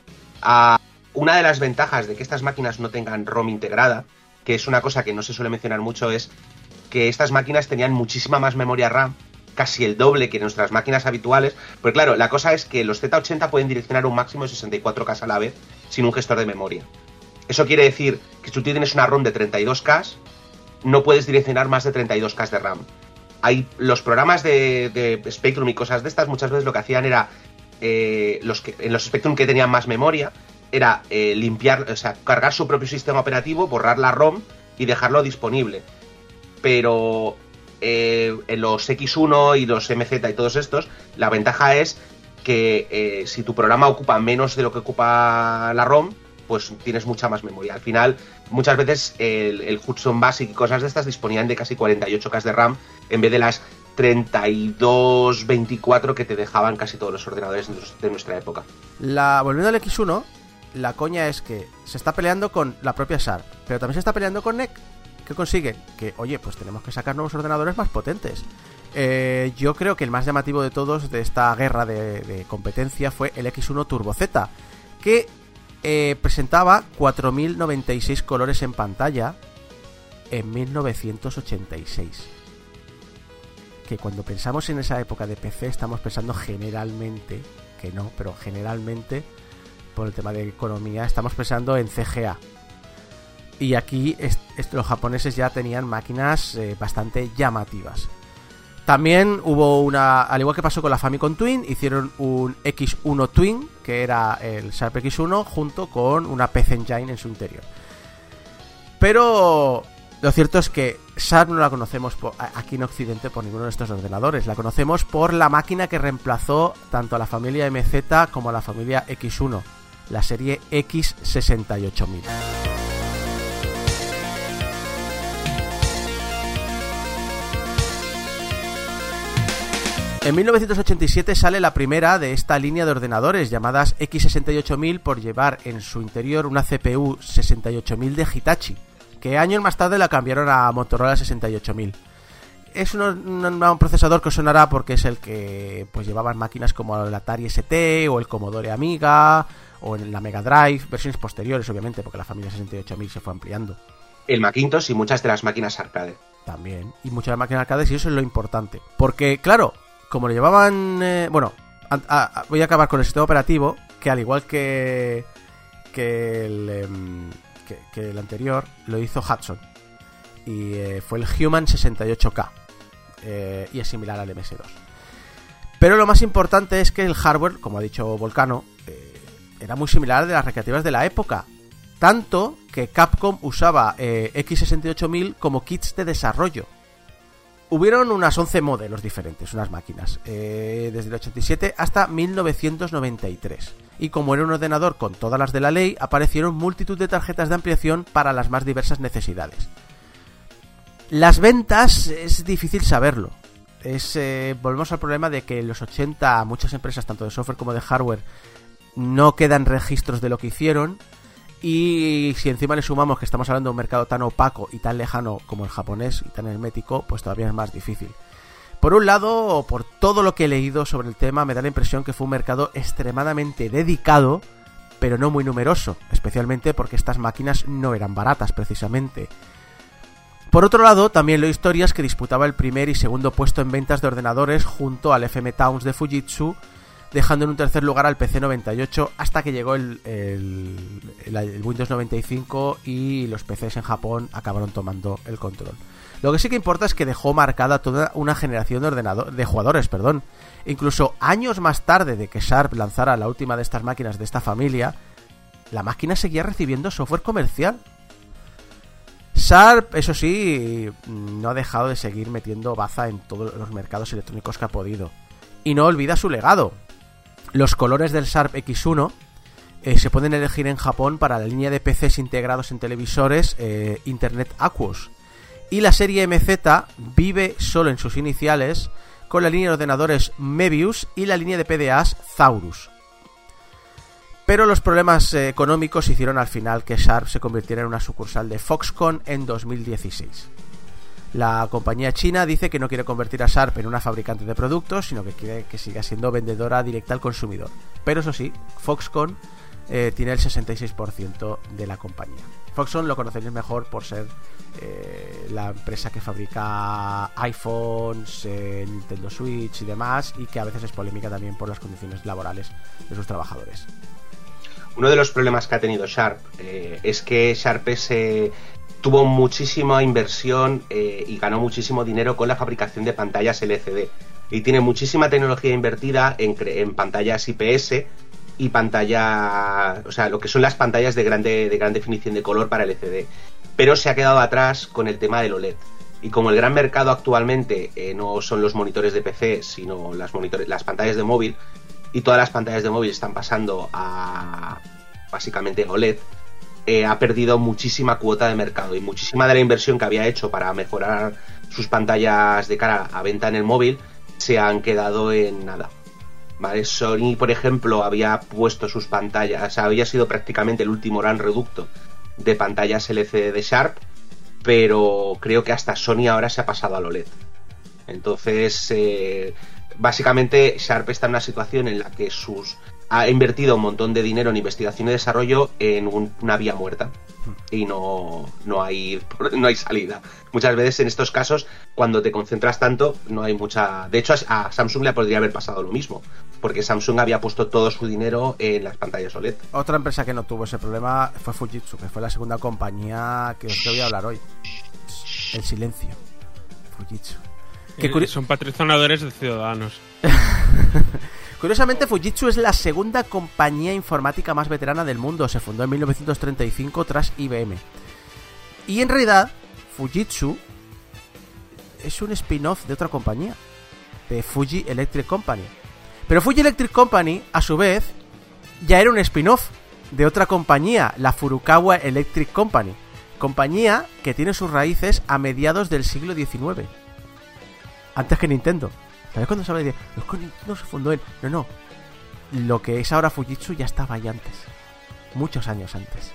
Una de las ventajas de que estas máquinas no tengan ROM integrada, que es una cosa que no se suele mencionar mucho, es que estas máquinas tenían muchísima más memoria RAM casi el doble que nuestras máquinas habituales. Porque claro, la cosa es que los Z80 pueden direccionar un máximo de 64K a la vez sin un gestor de memoria. Eso quiere decir que si tú tienes una ROM de 32K, no puedes direccionar más de 32K de RAM. Los programas de Spectrum y cosas de estas muchas veces lo que hacían era, en los Spectrum que tenían más memoria, era limpiar, o sea, cargar su propio sistema operativo, borrar la ROM y dejarlo disponible. Pero en los X1 y los MZ y todos estos, la ventaja es que si tu programa ocupa menos de lo que ocupa la ROM, pues tienes mucha más memoria. Al final, muchas veces el Hudson Basic y cosas de estas disponían de casi 48K de RAM en vez de las 32, 24 que te dejaban casi todos los ordenadores de nuestra época. Volviendo al X1, la coña es que se está peleando con la propia Sharp, pero también se está peleando con NEC. ¿Qué consiguen? Que, oye, pues tenemos que sacar nuevos ordenadores más potentes. Yo creo que el más llamativo de todos de esta guerra de competencia fue el X1 Turbo Z, que presentaba 4096 colores en pantalla en 1986. Que cuando pensamos en esa época de PC estamos pensando generalmente, que no, pero generalmente por el tema de economía estamos pensando en CGA. Y aquí los japoneses ya tenían máquinas bastante llamativas. También hubo al igual que pasó con la Famicom Twin, hicieron un X1 Twin, que era el Sharp X1, junto con una PC Engine en su interior. Pero lo cierto es que Sharp no la conocemos aquí en Occidente por ninguno de estos ordenadores. La conocemos por la máquina que reemplazó tanto a la familia MZ como a la familia X1, la serie X68000. En 1987 sale la primera de esta línea de ordenadores llamadas X68000 por llevar en su interior una CPU 68000 de Hitachi, que años más tarde la cambiaron a Motorola 68000. Es un procesador que os sonará porque es el que pues llevaban máquinas como el Atari ST o el Commodore Amiga o en la Mega Drive, versiones posteriores obviamente porque la familia 68000 se fue ampliando. El Macintosh y muchas de las máquinas arcade. También, y muchas de las máquinas arcade, y eso es lo importante. Porque claro, como lo llevaban... voy a acabar con el sistema operativo, que al igual que el anterior, lo hizo Hudson. Y fue el Human 68K. Y es similar al MS2. Pero lo más importante es que el hardware, como ha dicho Volcano, era muy similar al de las recreativas de la época. Tanto que Capcom usaba X68000 como kits de desarrollo. Hubieron unas 11 modelos diferentes, unas máquinas, desde el 87 hasta 1993. Y como era un ordenador con todas las de la ley, aparecieron multitud de tarjetas de ampliación para las más diversas necesidades. Las ventas es difícil saberlo. Volvemos al problema de que en los 80 muchas empresas, tanto de software como de hardware, no quedan registros de lo que hicieron. Y si encima le sumamos que estamos hablando de un mercado tan opaco y tan lejano como el japonés y tan hermético, pues todavía es más difícil. Por un lado, por todo lo que he leído sobre el tema, me da la impresión que fue un mercado extremadamente dedicado, pero no muy numeroso, especialmente porque estas máquinas no eran baratas precisamente. Por otro lado, también leo historias que disputaba el primer y segundo puesto en ventas de ordenadores junto al FM Towns de Fujitsu, dejando en un tercer lugar al PC 98 hasta que llegó el Windows 95 y los PCs en Japón acabaron tomando el control. Lo que sí que importa es que dejó marcada toda una generación de jugadores. Incluso años más tarde de que Sharp lanzara la última de estas máquinas de esta familia, la máquina seguía recibiendo software comercial. Sharp, eso sí, no ha dejado de seguir metiendo baza en todos los mercados electrónicos que ha podido. Y no olvida su legado. Los colores del Sharp X1 se pueden elegir en Japón para la línea de PCs integrados en televisores Internet Aquos. Y la serie MZ vive solo en sus iniciales con la línea de ordenadores Mebius y la línea de PDAs Zaurus. Pero los problemas económicos hicieron al final que Sharp se convirtiera en una sucursal de Foxconn en 2016. La compañía china dice que no quiere convertir a Sharp en una fabricante de productos, sino que quiere que siga siendo vendedora directa al consumidor. Pero eso sí, Foxconn tiene el 66% de la compañía. Foxconn lo conoceréis mejor por ser la empresa que fabrica iPhones, Nintendo Switch y demás, y que a veces es polémica también por las condiciones laborales de sus trabajadores. Uno de los problemas que ha tenido Sharp es que Sharp tuvo muchísima inversión y ganó muchísimo dinero con la fabricación de pantallas LCD, y tiene muchísima tecnología invertida en pantallas IPS y pantalla, o sea, lo que son las pantallas de gran definición de color para LCD, pero se ha quedado atrás con el tema del OLED. Y como el gran mercado actualmente no son los monitores de PC, sino las pantallas de móvil, y todas las pantallas de móvil están pasando a básicamente OLED, ha perdido muchísima cuota de mercado, y muchísima de la inversión que había hecho para mejorar sus pantallas de cara a venta en el móvil se han quedado en nada. ¿Vale? Sony, por ejemplo, había puesto sus pantallas, o sea, había sido prácticamente el último gran reducto de pantallas LCD de Sharp, pero creo que hasta Sony ahora se ha pasado al OLED. Entonces, básicamente Sharp está en una situación en la que ha invertido un montón de dinero en investigación y desarrollo en una vía muerta, y no hay salida. Muchas veces en estos casos, cuando te concentras tanto, no hay mucha... De hecho, a Samsung le podría haber pasado lo mismo, porque Samsung había puesto todo su dinero en las pantallas OLED. Otra empresa que no tuvo ese problema fue Fujitsu, que fue la segunda compañía que os voy a hablar hoy. El silencio. Fujitsu. Son patrocinadores de Ciudadanos. Curiosamente, Fujitsu es la segunda compañía informática más veterana del mundo. Se fundó en 1935 tras IBM. Y en realidad, Fujitsu es un spin-off de otra compañía, de Fuji Electric Company. Pero Fuji Electric Company, a su vez, ya era un spin-off de otra compañía, la Furukawa Electric Company. Compañía que tiene sus raíces a mediados del siglo XIX. Antes que Nintendo. ¿Sabes cuando se habla de los que Nintendo se fundó en? No. Lo que es ahora Fujitsu ya estaba ahí antes. Muchos años antes.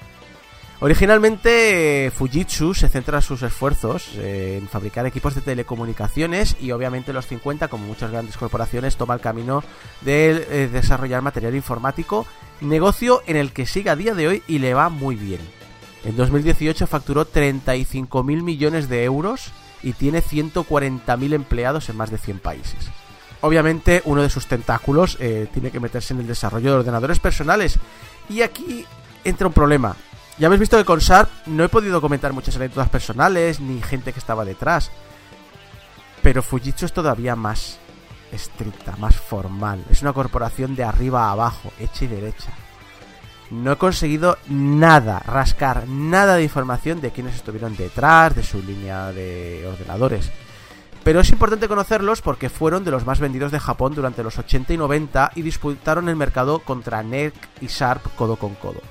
Originalmente Fujitsu se centra sus esfuerzos en fabricar equipos de telecomunicaciones, y obviamente los 50, como muchas grandes corporaciones, toma el camino de desarrollar material informático, negocio en el que sigue a día de hoy y le va muy bien. En 2018 facturó 35.000 millones de euros y tiene 140.000 empleados en más de 100 países. Obviamente uno de sus tentáculos tiene que meterse en el desarrollo de ordenadores personales, y aquí entra un problema. Ya habéis visto que con Sharp no he podido comentar muchas anécdotas personales ni gente que estaba detrás, pero Fujitsu es todavía más estricta, más formal. Es una corporación de arriba a abajo, hecha y derecha. No he conseguido rascar nada de información de quiénes estuvieron detrás de su línea de ordenadores. Pero es importante conocerlos porque fueron de los más vendidos de Japón durante los 80 y 90 y disputaron el mercado contra NEC y Sharp codo con codo.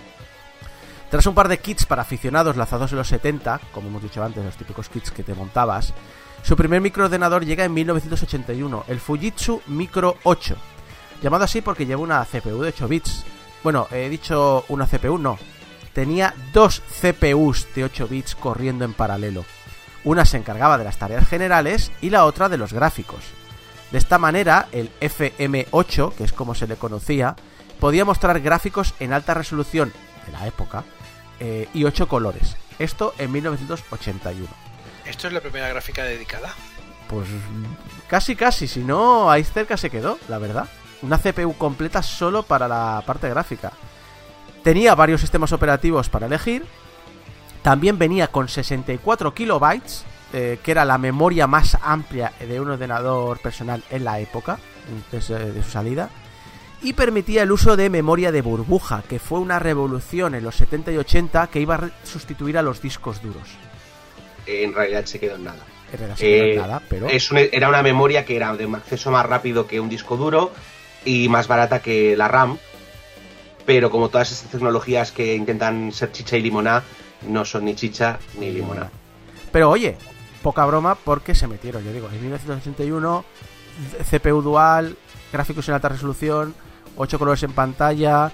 Tras un par de kits para aficionados lanzados en los 70, como hemos dicho antes, los típicos kits que te montabas, su primer microordenador llega en 1981, el Fujitsu Micro 8, llamado así porque lleva una CPU de 8 bits. Bueno, he dicho una CPU, no. Tenía dos CPUs de 8 bits corriendo en paralelo. Una se encargaba de las tareas generales y la otra de los gráficos. De esta manera, el FM8, que es como se le conocía, podía mostrar gráficos en alta resolución de la época y 8 colores. Esto en 1981. ¿Esto es la primera gráfica dedicada? Pues casi, si no, ahí cerca se quedó, la verdad. Una CPU completa solo para la parte gráfica. Tenía varios sistemas operativos para elegir. También venía con 64 kilobytes, que era la memoria más amplia de un ordenador personal en la época de su salida. Y permitía el uso de memoria de burbuja, que fue una revolución en los 70 y 80 que iba a sustituir a los discos duros. En realidad se quedó en nada. Pero era una memoria que era de acceso más rápido que un disco duro y más barata que la RAM, pero como todas estas tecnologías que intentan ser chicha y limonada, no son ni chicha ni limonada. Pero oye, poca broma porque se metieron, yo digo, en 1981, CPU dual, gráficos en alta resolución, 8 colores en pantalla,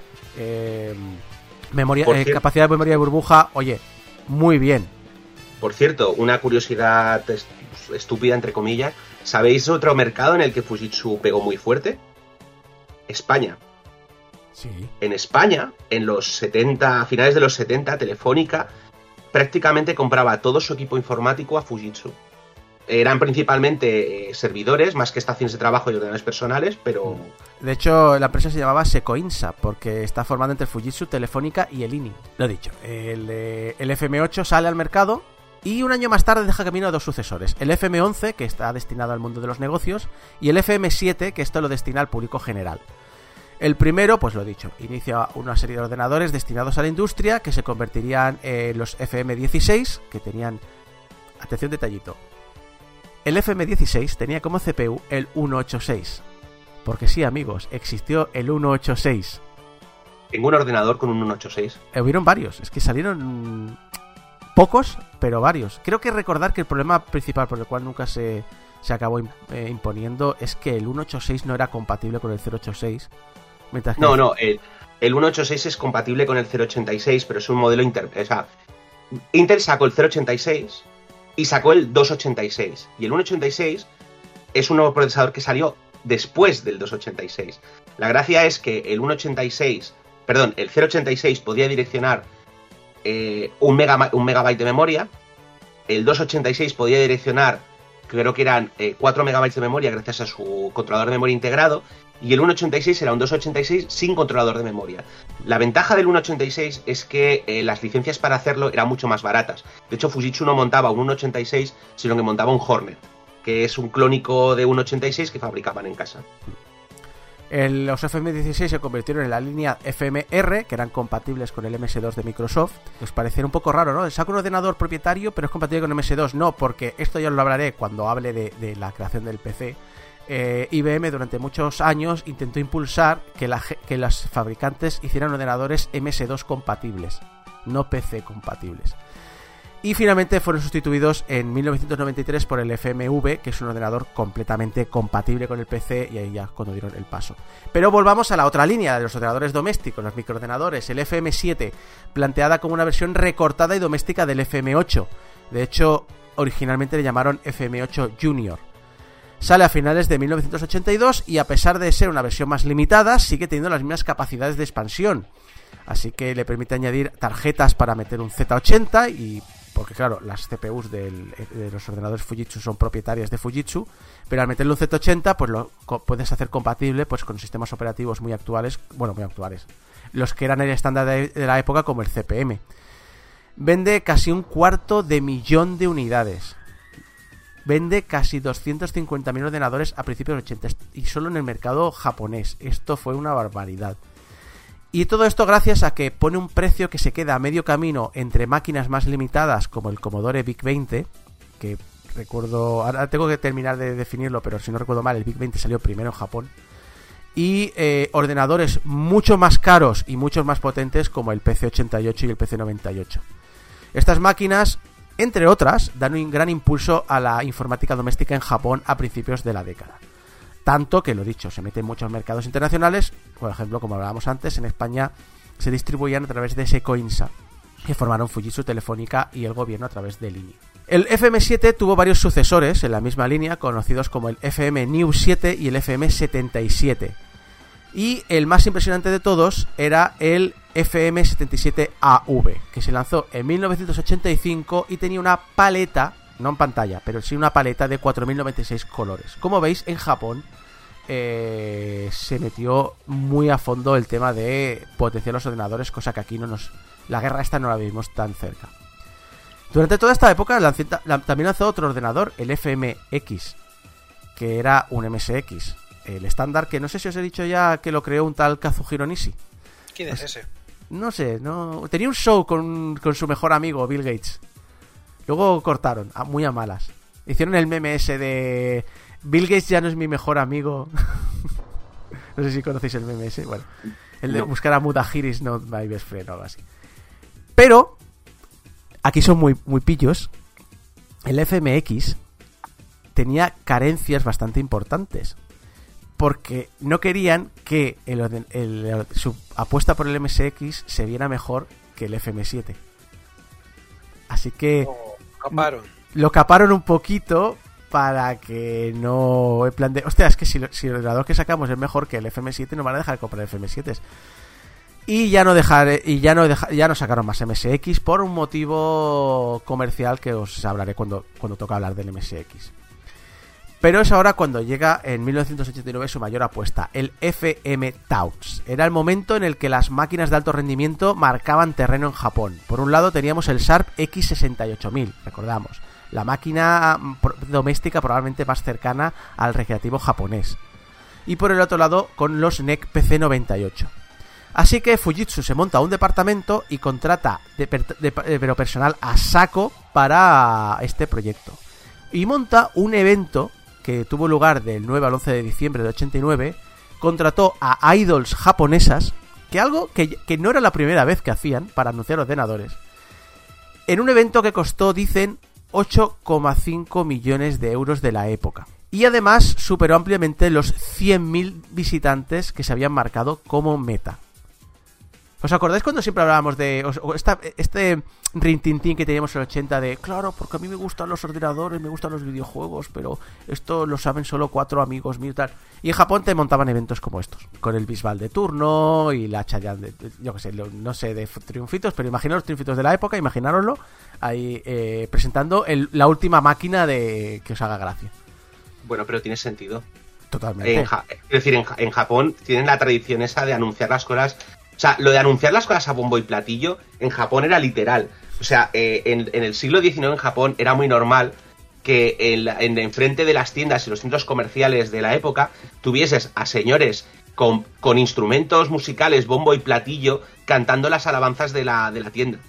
capacidad de memoria de burbuja, oye, muy bien. Por cierto, una curiosidad estúpida, entre comillas, ¿sabéis otro mercado en el que Fujitsu pegó muy fuerte? España. Sí. En España, en los 70, a finales de los 70, Telefónica prácticamente compraba todo su equipo informático a Fujitsu. Eran principalmente servidores, más que estaciones de trabajo y ordenadores personales, pero... De hecho, la empresa se llamaba Secoinsa, porque está formada entre Fujitsu, Telefónica y el INI. Lo he dicho, el FM8 sale al mercado y un año más tarde deja camino a dos sucesores. El FM11, que está destinado al mundo de los negocios, y el FM7, que esto lo destina al público general. El primero, pues lo he dicho, inicia una serie de ordenadores destinados a la industria que se convertirían en los FM16, que tenían... Atención detallito. El FM16 tenía como CPU el 186. Porque sí, amigos, existió el 186. Tengo un ordenador con un 186. Hubieron varios, es que salieron pocos, pero varios. Creo que recordar que el problema principal por el cual nunca se acabó imponiendo es que el 186 no era compatible con el 086. Mientras que No, el 186 es compatible con el 086, pero es un modelo Intel. O sea, Intel sacó el 086 y sacó el 286. Y el 186 es un nuevo procesador que salió después del 286. La gracia es que el 086 podía direccionar un megabyte de memoria. El 286 podía direccionar, creo que eran 4 megabytes de memoria gracias a su controlador de memoria integrado. Y el 186 era un 286 sin controlador de memoria. La ventaja del 186 es que las licencias para hacerlo eran mucho más baratas. De hecho, Fujitsu no montaba un 186, sino que montaba un Hornet, que es un clónico de 186 que fabricaban en casa. Los FM16 se convirtieron en la línea FMR, que eran compatibles con el MS2 de Microsoft. Os parecerá un poco raro, ¿no? Saco un ordenador propietario, pero es compatible con MS2. No, porque esto ya lo hablaré cuando hable de la creación del PC. IBM durante muchos años intentó impulsar que los fabricantes hicieran ordenadores MS2 compatibles, no PC compatibles. Y finalmente fueron sustituidos en 1993 por el FMV, que es un ordenador completamente compatible con el PC, y ahí ya cuando dieron el paso. Pero volvamos a la otra línea de los ordenadores domésticos, los microordenadores, el FM7, planteada como una versión recortada y doméstica del FM8. De hecho, originalmente le llamaron FM8 Junior. Sale a finales de 1982 y a pesar de ser una versión más limitada, sigue teniendo las mismas capacidades de expansión. Así que le permite añadir tarjetas para meter un Z80 y... Porque claro, las CPUs de los ordenadores Fujitsu son propietarias de Fujitsu, pero al meterle un Z80 pues lo puedes hacer compatible pues con sistemas operativos muy actuales, los que eran el estándar de la época, como el CP/M. Vende casi 250.000 de unidades. Vende casi 250.000 ordenadores a principios de los 80 y solo en el mercado japonés. Esto fue una barbaridad. Y todo esto gracias a que pone un precio que se queda a medio camino entre máquinas más limitadas como el Commodore VIC-20, que recuerdo, ahora tengo que terminar de definirlo, pero si no recuerdo mal, el VIC-20 salió primero en Japón, y ordenadores mucho más caros y muchos más potentes como el PC-88 y el PC-98. Estas máquinas, entre otras, dan un gran impulso a la informática doméstica en Japón a principios de la década. Tanto que, lo dicho, se meten en muchos mercados internacionales. Por ejemplo, como hablábamos antes, en España se distribuían a través de Secoinsa, que formaron Fujitsu, Telefónica y el gobierno a través del INI. El FM7 tuvo varios sucesores en la misma línea, conocidos como el FM New 7 y el FM 77. Y el más impresionante de todos era el FM 77AV, que se lanzó en 1985 y tenía una paleta, no en pantalla, pero sí una paleta de 4096 colores. Como veis, en Japón se metió muy a fondo el tema de potenciar los ordenadores, cosa que aquí la guerra esta no la vivimos tan cerca. Durante toda esta época también lanzó otro ordenador, el FMX, que era un MSX, el estándar que no sé si os he dicho ya que lo creó un tal Kazuhiro Nishi. ¿Quién es ese? No sé, tenía un show con su mejor amigo Bill Gates. Luego cortaron, muy a malas. Hicieron el meme ese de Bill Gates ya no es mi mejor amigo. No sé si conocéis el meme ese. Bueno, el de buscar a Mudahir is not my best friend o algo así. Pero aquí son muy, muy pillos. El FMX tenía carencias bastante importantes, porque no querían que su apuesta por el MSX se viera mejor que el FM7. Así que lo caparon un poquito para que no... En plan de, hostia, es que si el ordenador que sacamos es mejor que el FM7, no van a dejar de comprar el FM7. Y ya no sacaron más MSX por un motivo comercial que os hablaré cuando toca hablar del MSX. Pero es ahora cuando llega en 1989 su mayor apuesta, el FM Towns. Era el momento en el que las máquinas de alto rendimiento marcaban terreno en Japón. Por un lado teníamos el Sharp X68000, recordamos, la máquina doméstica probablemente más cercana al recreativo japonés. Y por el otro lado con los NEC PC98. Así que Fujitsu se monta un departamento y contrata pero personal a saco para este proyecto. Y monta un evento que tuvo lugar del 9 al 11 de diciembre de 89, contrató a idols japonesas, algo que no era la primera vez que hacían para anunciar ordenadores, en un evento que costó, dicen, 8,5 millones de euros de la época. Y además superó ampliamente los 100.000 visitantes que se habían marcado como meta. ¿Os acordáis cuando siempre hablábamos de este rintintín que teníamos en el 80 de claro, porque a mí me gustan los ordenadores, me gustan los videojuegos, pero esto lo saben solo 4 amigos míos y tal? Y en Japón te montaban eventos como estos, con el Bisbal de turno y la Chayanne, yo que sé, no sé de triunfitos, pero imaginaros los triunfitos de la época, imaginároslo ahí presentando la última máquina que os haga gracia. Bueno, pero tiene sentido. Totalmente. Es decir, en Japón tienen la tradición esa de anunciar las cosas. O sea, lo de anunciar las cosas a bombo y platillo en Japón era literal. O sea, en el siglo XIX en Japón era muy normal que enfrente de las tiendas y los centros comerciales de la época tuvieses a señores con instrumentos musicales, bombo y platillo, cantando las alabanzas de la tienda.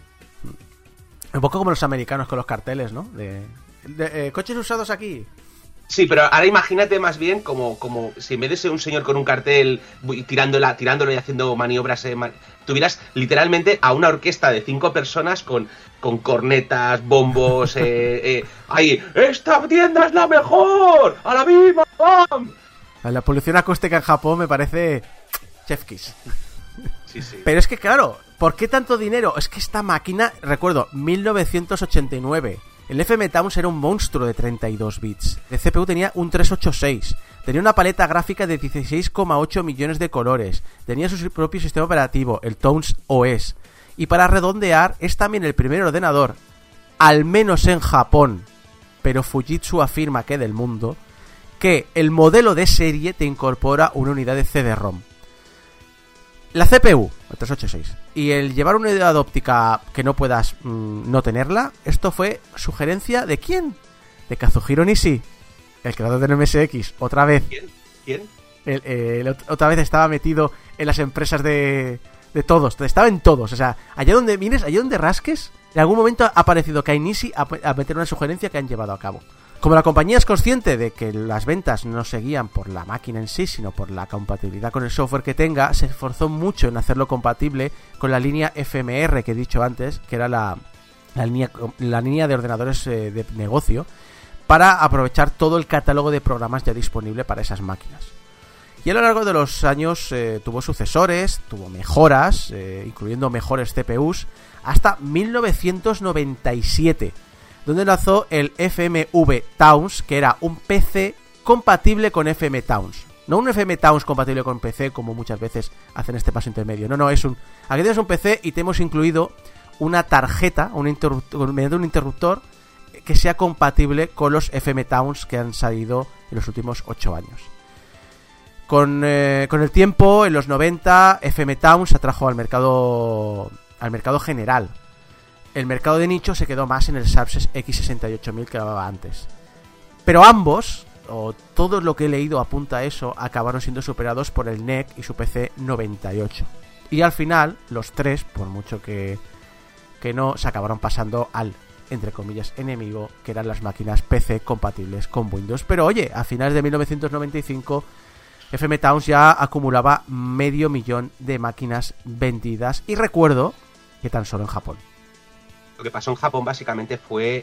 Un poco como los americanos con los carteles, ¿no? Coches usados aquí. Sí, pero ahora imagínate más bien como si en vez de ser un señor con un cartel tirándolo y haciendo maniobras, tuvieras literalmente a una orquesta de 5 personas con cornetas, bombos, ¡ay! ¡Esta tienda es la mejor! ¡A la misma! La polución acústica en Japón me parece chef kiss. Sí, sí. Pero es que claro, ¿por qué tanto dinero? Es que esta máquina, recuerdo, 1989... El FM Towns era un monstruo de 32 bits. El CPU tenía un 386. Tenía una paleta gráfica de 16,8 millones de colores. Tenía su propio sistema operativo, el Towns OS. Y para redondear, es también el primer ordenador, al menos en Japón, pero Fujitsu afirma que del mundo, que el modelo de serie te incorpora una unidad de CD-ROM. La CPU, el 386, y el llevar una unidad óptica que no puedas no tenerla, esto fue sugerencia ¿de quién? De Kazuhiro Nishi, el creador del MSX, otra vez. ¿Quién? Otra vez estaba metido en las empresas de todos, estaba en todos, o sea, allá donde mires, allá donde rasques, en algún momento ha aparecido Kai Nishi a meter una sugerencia que han llevado a cabo. Como la compañía es consciente de que las ventas no se guían por la máquina en sí, sino por la compatibilidad con el software que tenga, se esforzó mucho en hacerlo compatible con la línea FMR que he dicho antes, que era la línea de ordenadores de negocio, para aprovechar todo el catálogo de programas ya disponible para esas máquinas. Y a lo largo de los años tuvo sucesores, tuvo mejoras, incluyendo mejores CPUs, hasta 1997, donde lanzó el FMV Towns, que era un PC compatible con FM Towns. No un FM Towns compatible con PC, como muchas veces hacen este paso intermedio. No, aquí tienes un PC y te hemos incluido una tarjeta, mediante un interruptor, que sea compatible con los FM Towns que han salido en los últimos 8 años. Con el tiempo, en los 90, FM Towns atrajo al mercado general. El mercado de nicho se quedó más en el Sharp X68000 que llevaba antes. Pero ambos, o todo lo que he leído apunta a eso, acabaron siendo superados por el NEC y su PC 98. Y al final, los tres, por mucho que no, se acabaron pasando al, entre comillas, enemigo, que eran las máquinas PC compatibles con Windows. Pero oye, a finales de 1995, FM Towns ya acumulaba 500.000 de máquinas vendidas. Y recuerdo que tan solo en Japón. Lo que pasó en Japón básicamente fue...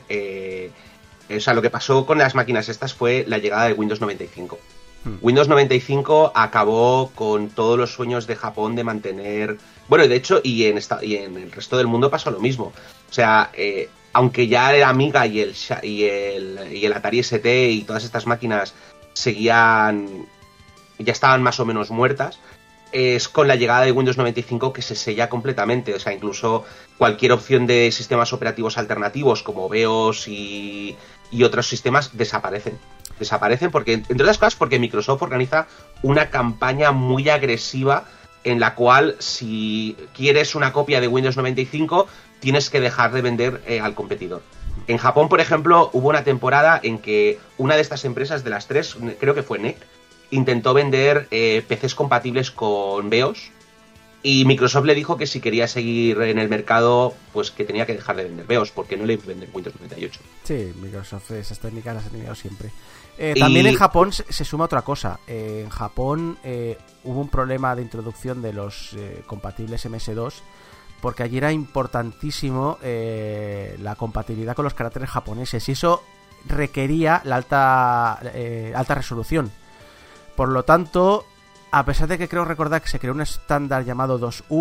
lo que pasó con las máquinas estas fue la llegada de Windows 95. Windows 95 acabó con todos los sueños de Japón de mantener... Bueno, de hecho, y en el resto del mundo pasó lo mismo. O sea, aunque ya el Amiga y el Atari ST y todas estas máquinas ya estaban más o menos muertas, es con la llegada de Windows 95 que se sella completamente. O sea, incluso cualquier opción de sistemas operativos alternativos como BIOS y otros sistemas desaparecen. Desaparecen porque, entre otras cosas, porque Microsoft organiza una campaña muy agresiva en la cual si quieres una copia de Windows 95 tienes que dejar de vender al competidor. En Japón, por ejemplo, hubo una temporada en que una de estas empresas, de las tres, creo que fue NEC, intentó vender PCs compatibles con BIOS y Microsoft le dijo que si quería seguir en el mercado, pues que tenía que dejar de vender BIOS, porque no le iba a vender Windows 98. Sí, Microsoft esas técnicas las ha tenido siempre. También en Japón se suma otra cosa. En Japón hubo un problema de introducción de los compatibles MS2, porque allí era importantísimo la compatibilidad con los caracteres japoneses y eso requería la alta resolución. Por lo tanto, a pesar de que creo recordar que se creó un estándar llamado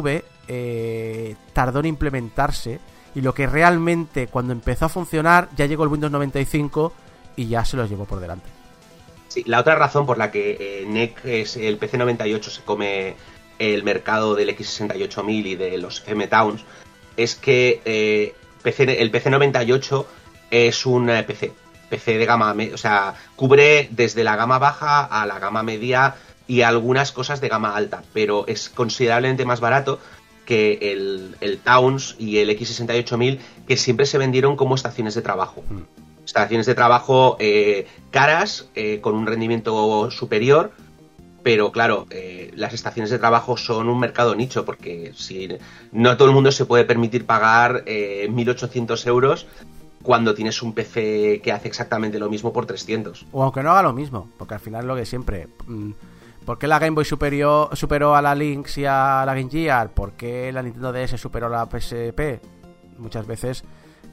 2V, tardó en implementarse y lo que realmente cuando empezó a funcionar ya llegó el Windows 95 y ya se los llevó por delante. Sí, la otra razón por la que NEC el PC98 se come el mercado del X68000 y de los M-Towns es que el PC98 es un PC de gama, o sea, cubre desde la gama baja a la gama media y algunas cosas de gama alta, pero es considerablemente más barato que el Towns y el X68000, que siempre se vendieron como estaciones de trabajo. Estaciones de trabajo caras, con un rendimiento superior, pero claro, las estaciones de trabajo son un mercado nicho, porque si no todo el mundo se puede permitir pagar 1.800 euros cuando tienes un PC que hace exactamente lo mismo por 300. O aunque no haga lo mismo, porque al final lo que siempre... ¿Por qué la Game Boy superó a la Lynx y a la Game Gear? ¿Por qué la Nintendo DS superó a la PSP? Muchas veces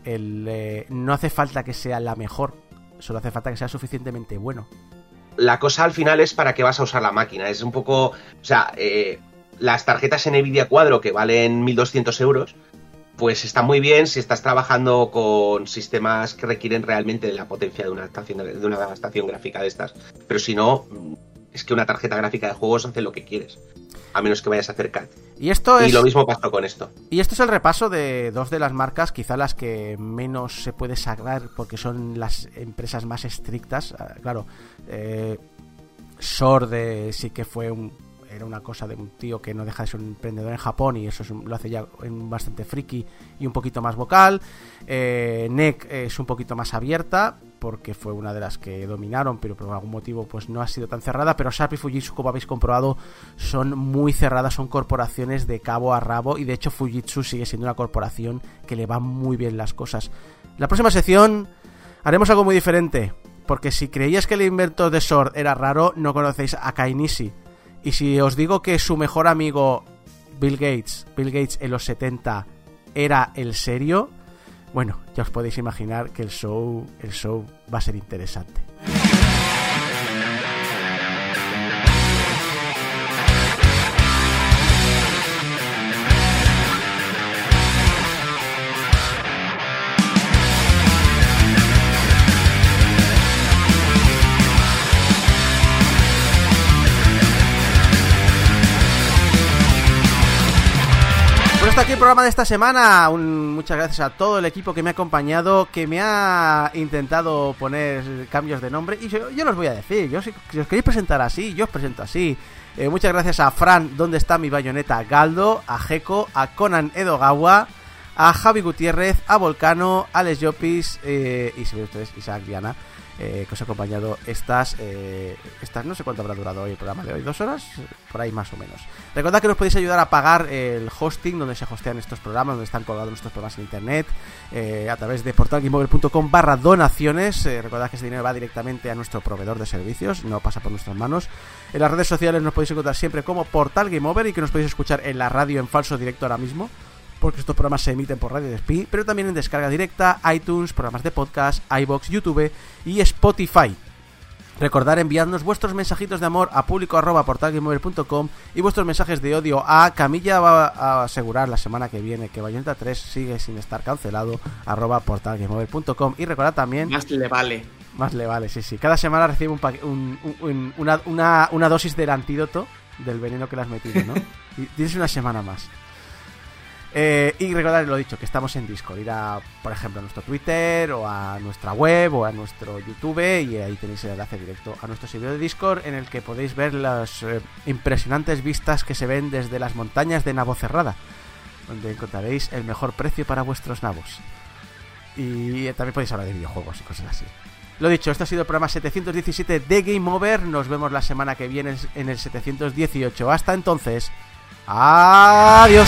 no hace falta que sea la mejor, solo hace falta que sea suficientemente bueno. La cosa al final es para qué vas a usar la máquina. Es un poco... O sea, las tarjetas Nvidia Quadro que valen 1.200 euros, pues está muy bien si estás trabajando con sistemas que requieren realmente de la potencia de una estación gráfica de estas. Pero si no, es que una tarjeta gráfica de juegos hace lo que quieres, a menos que vayas a hacer CAD. Y lo mismo pasó con esto. Y esto es el repaso de dos de las marcas, quizá las que menos se puede sacar porque son las empresas más estrictas. Claro, Sword sí que era una cosa de un tío que no deja de ser un emprendedor en Japón y eso lo hace ya bastante friki y un poquito más vocal. NEC es un poquito más abierta porque fue una de las que dominaron, pero por algún motivo pues no ha sido tan cerrada. Pero Sharp y Fujitsu, como habéis comprobado, son muy cerradas, son corporaciones de cabo a rabo y de hecho Fujitsu sigue siendo una corporación que le van muy bien las cosas. La próxima sección haremos algo muy diferente, porque si creíais que el inventor de Sword era raro, no conocéis a Kainishi. Y si os digo que su mejor amigo Bill Gates en los 70 era el serio, bueno, ya os podéis imaginar que el show va a ser interesante. Hasta aquí el programa de esta semana. Muchas gracias a todo el equipo que me ha acompañado, que me ha intentado poner cambios de nombre. Y yo los voy a decir. Si os queréis presentar así, yo os presento así. Muchas gracias a Fran, ¿dónde está mi bayoneta? Galdo, a Geko, a Conan Edogawa, a Javi Gutiérrez, a Volcano, a Alex Llopis y si ven ustedes, Isaac Viana, que os ha acompañado estas no sé cuánto habrá durado hoy el programa de hoy, 2 horas, por ahí más o menos. Recordad que nos podéis ayudar a pagar el hosting donde se hostean estos programas, donde están colgados nuestros programas en internet, a través de portalgameover.com/donaciones. Recordad que ese dinero va directamente a nuestro proveedor de servicios, no pasa por nuestras manos. En las redes sociales nos podéis encontrar siempre como Portal Game Over y que nos podéis escuchar en la radio en falso directo ahora mismo, porque estos programas se emiten por Radio Despí, pero también en descarga directa, iTunes, programas de podcast, iVoox, YouTube y Spotify. Recordad enviarnos vuestros mensajitos de amor a público@portalgameover.com y vuestros mensajes de odio a Camilla va a asegurar la semana que viene que Bayonetta 3 sigue sin estar cancelado @portalgameover.com. Y recordad también... Más le vale, sí. Cada semana recibe una dosis del antídoto del veneno que le has metido, ¿no? Y tienes una semana más. Y recordad lo dicho, que estamos en Discord. Ir a, por ejemplo, a nuestro Twitter o a nuestra web o a nuestro YouTube, y ahí tenéis el enlace directo a nuestro servidor de Discord, en el que podéis ver las impresionantes vistas que se ven desde las montañas de Navocerrada, donde encontraréis el mejor precio para vuestros nabos. Y también podéis hablar de videojuegos y cosas así. Lo dicho, este ha sido el programa 717 de Game Over. Nos vemos la semana que viene en el 718. Hasta entonces, adiós.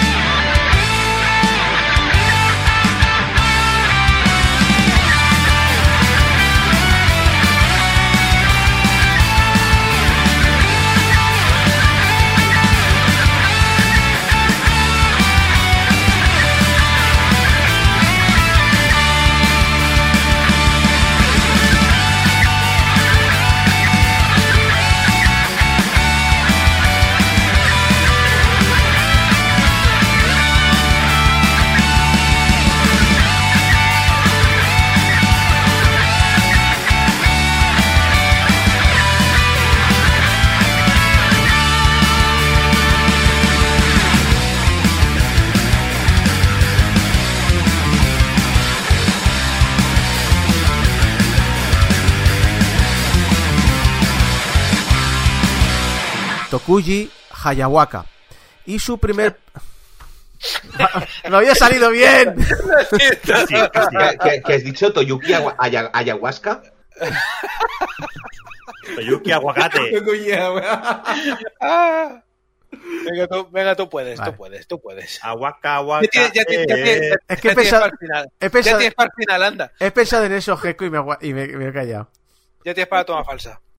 Tokuji Hayawaka. Y su primer... ¡Me había salido bien! ¿Qué has dicho? ¿Toyuki Ayahuasca? Toyuki Aguacate. Venga, tú puedes, Vale. tú puedes. Aguaca. Es que Ya tienes para el final, anda. he pensado en eso, Gekko, y me he callado. Ya tienes para la toma falsa.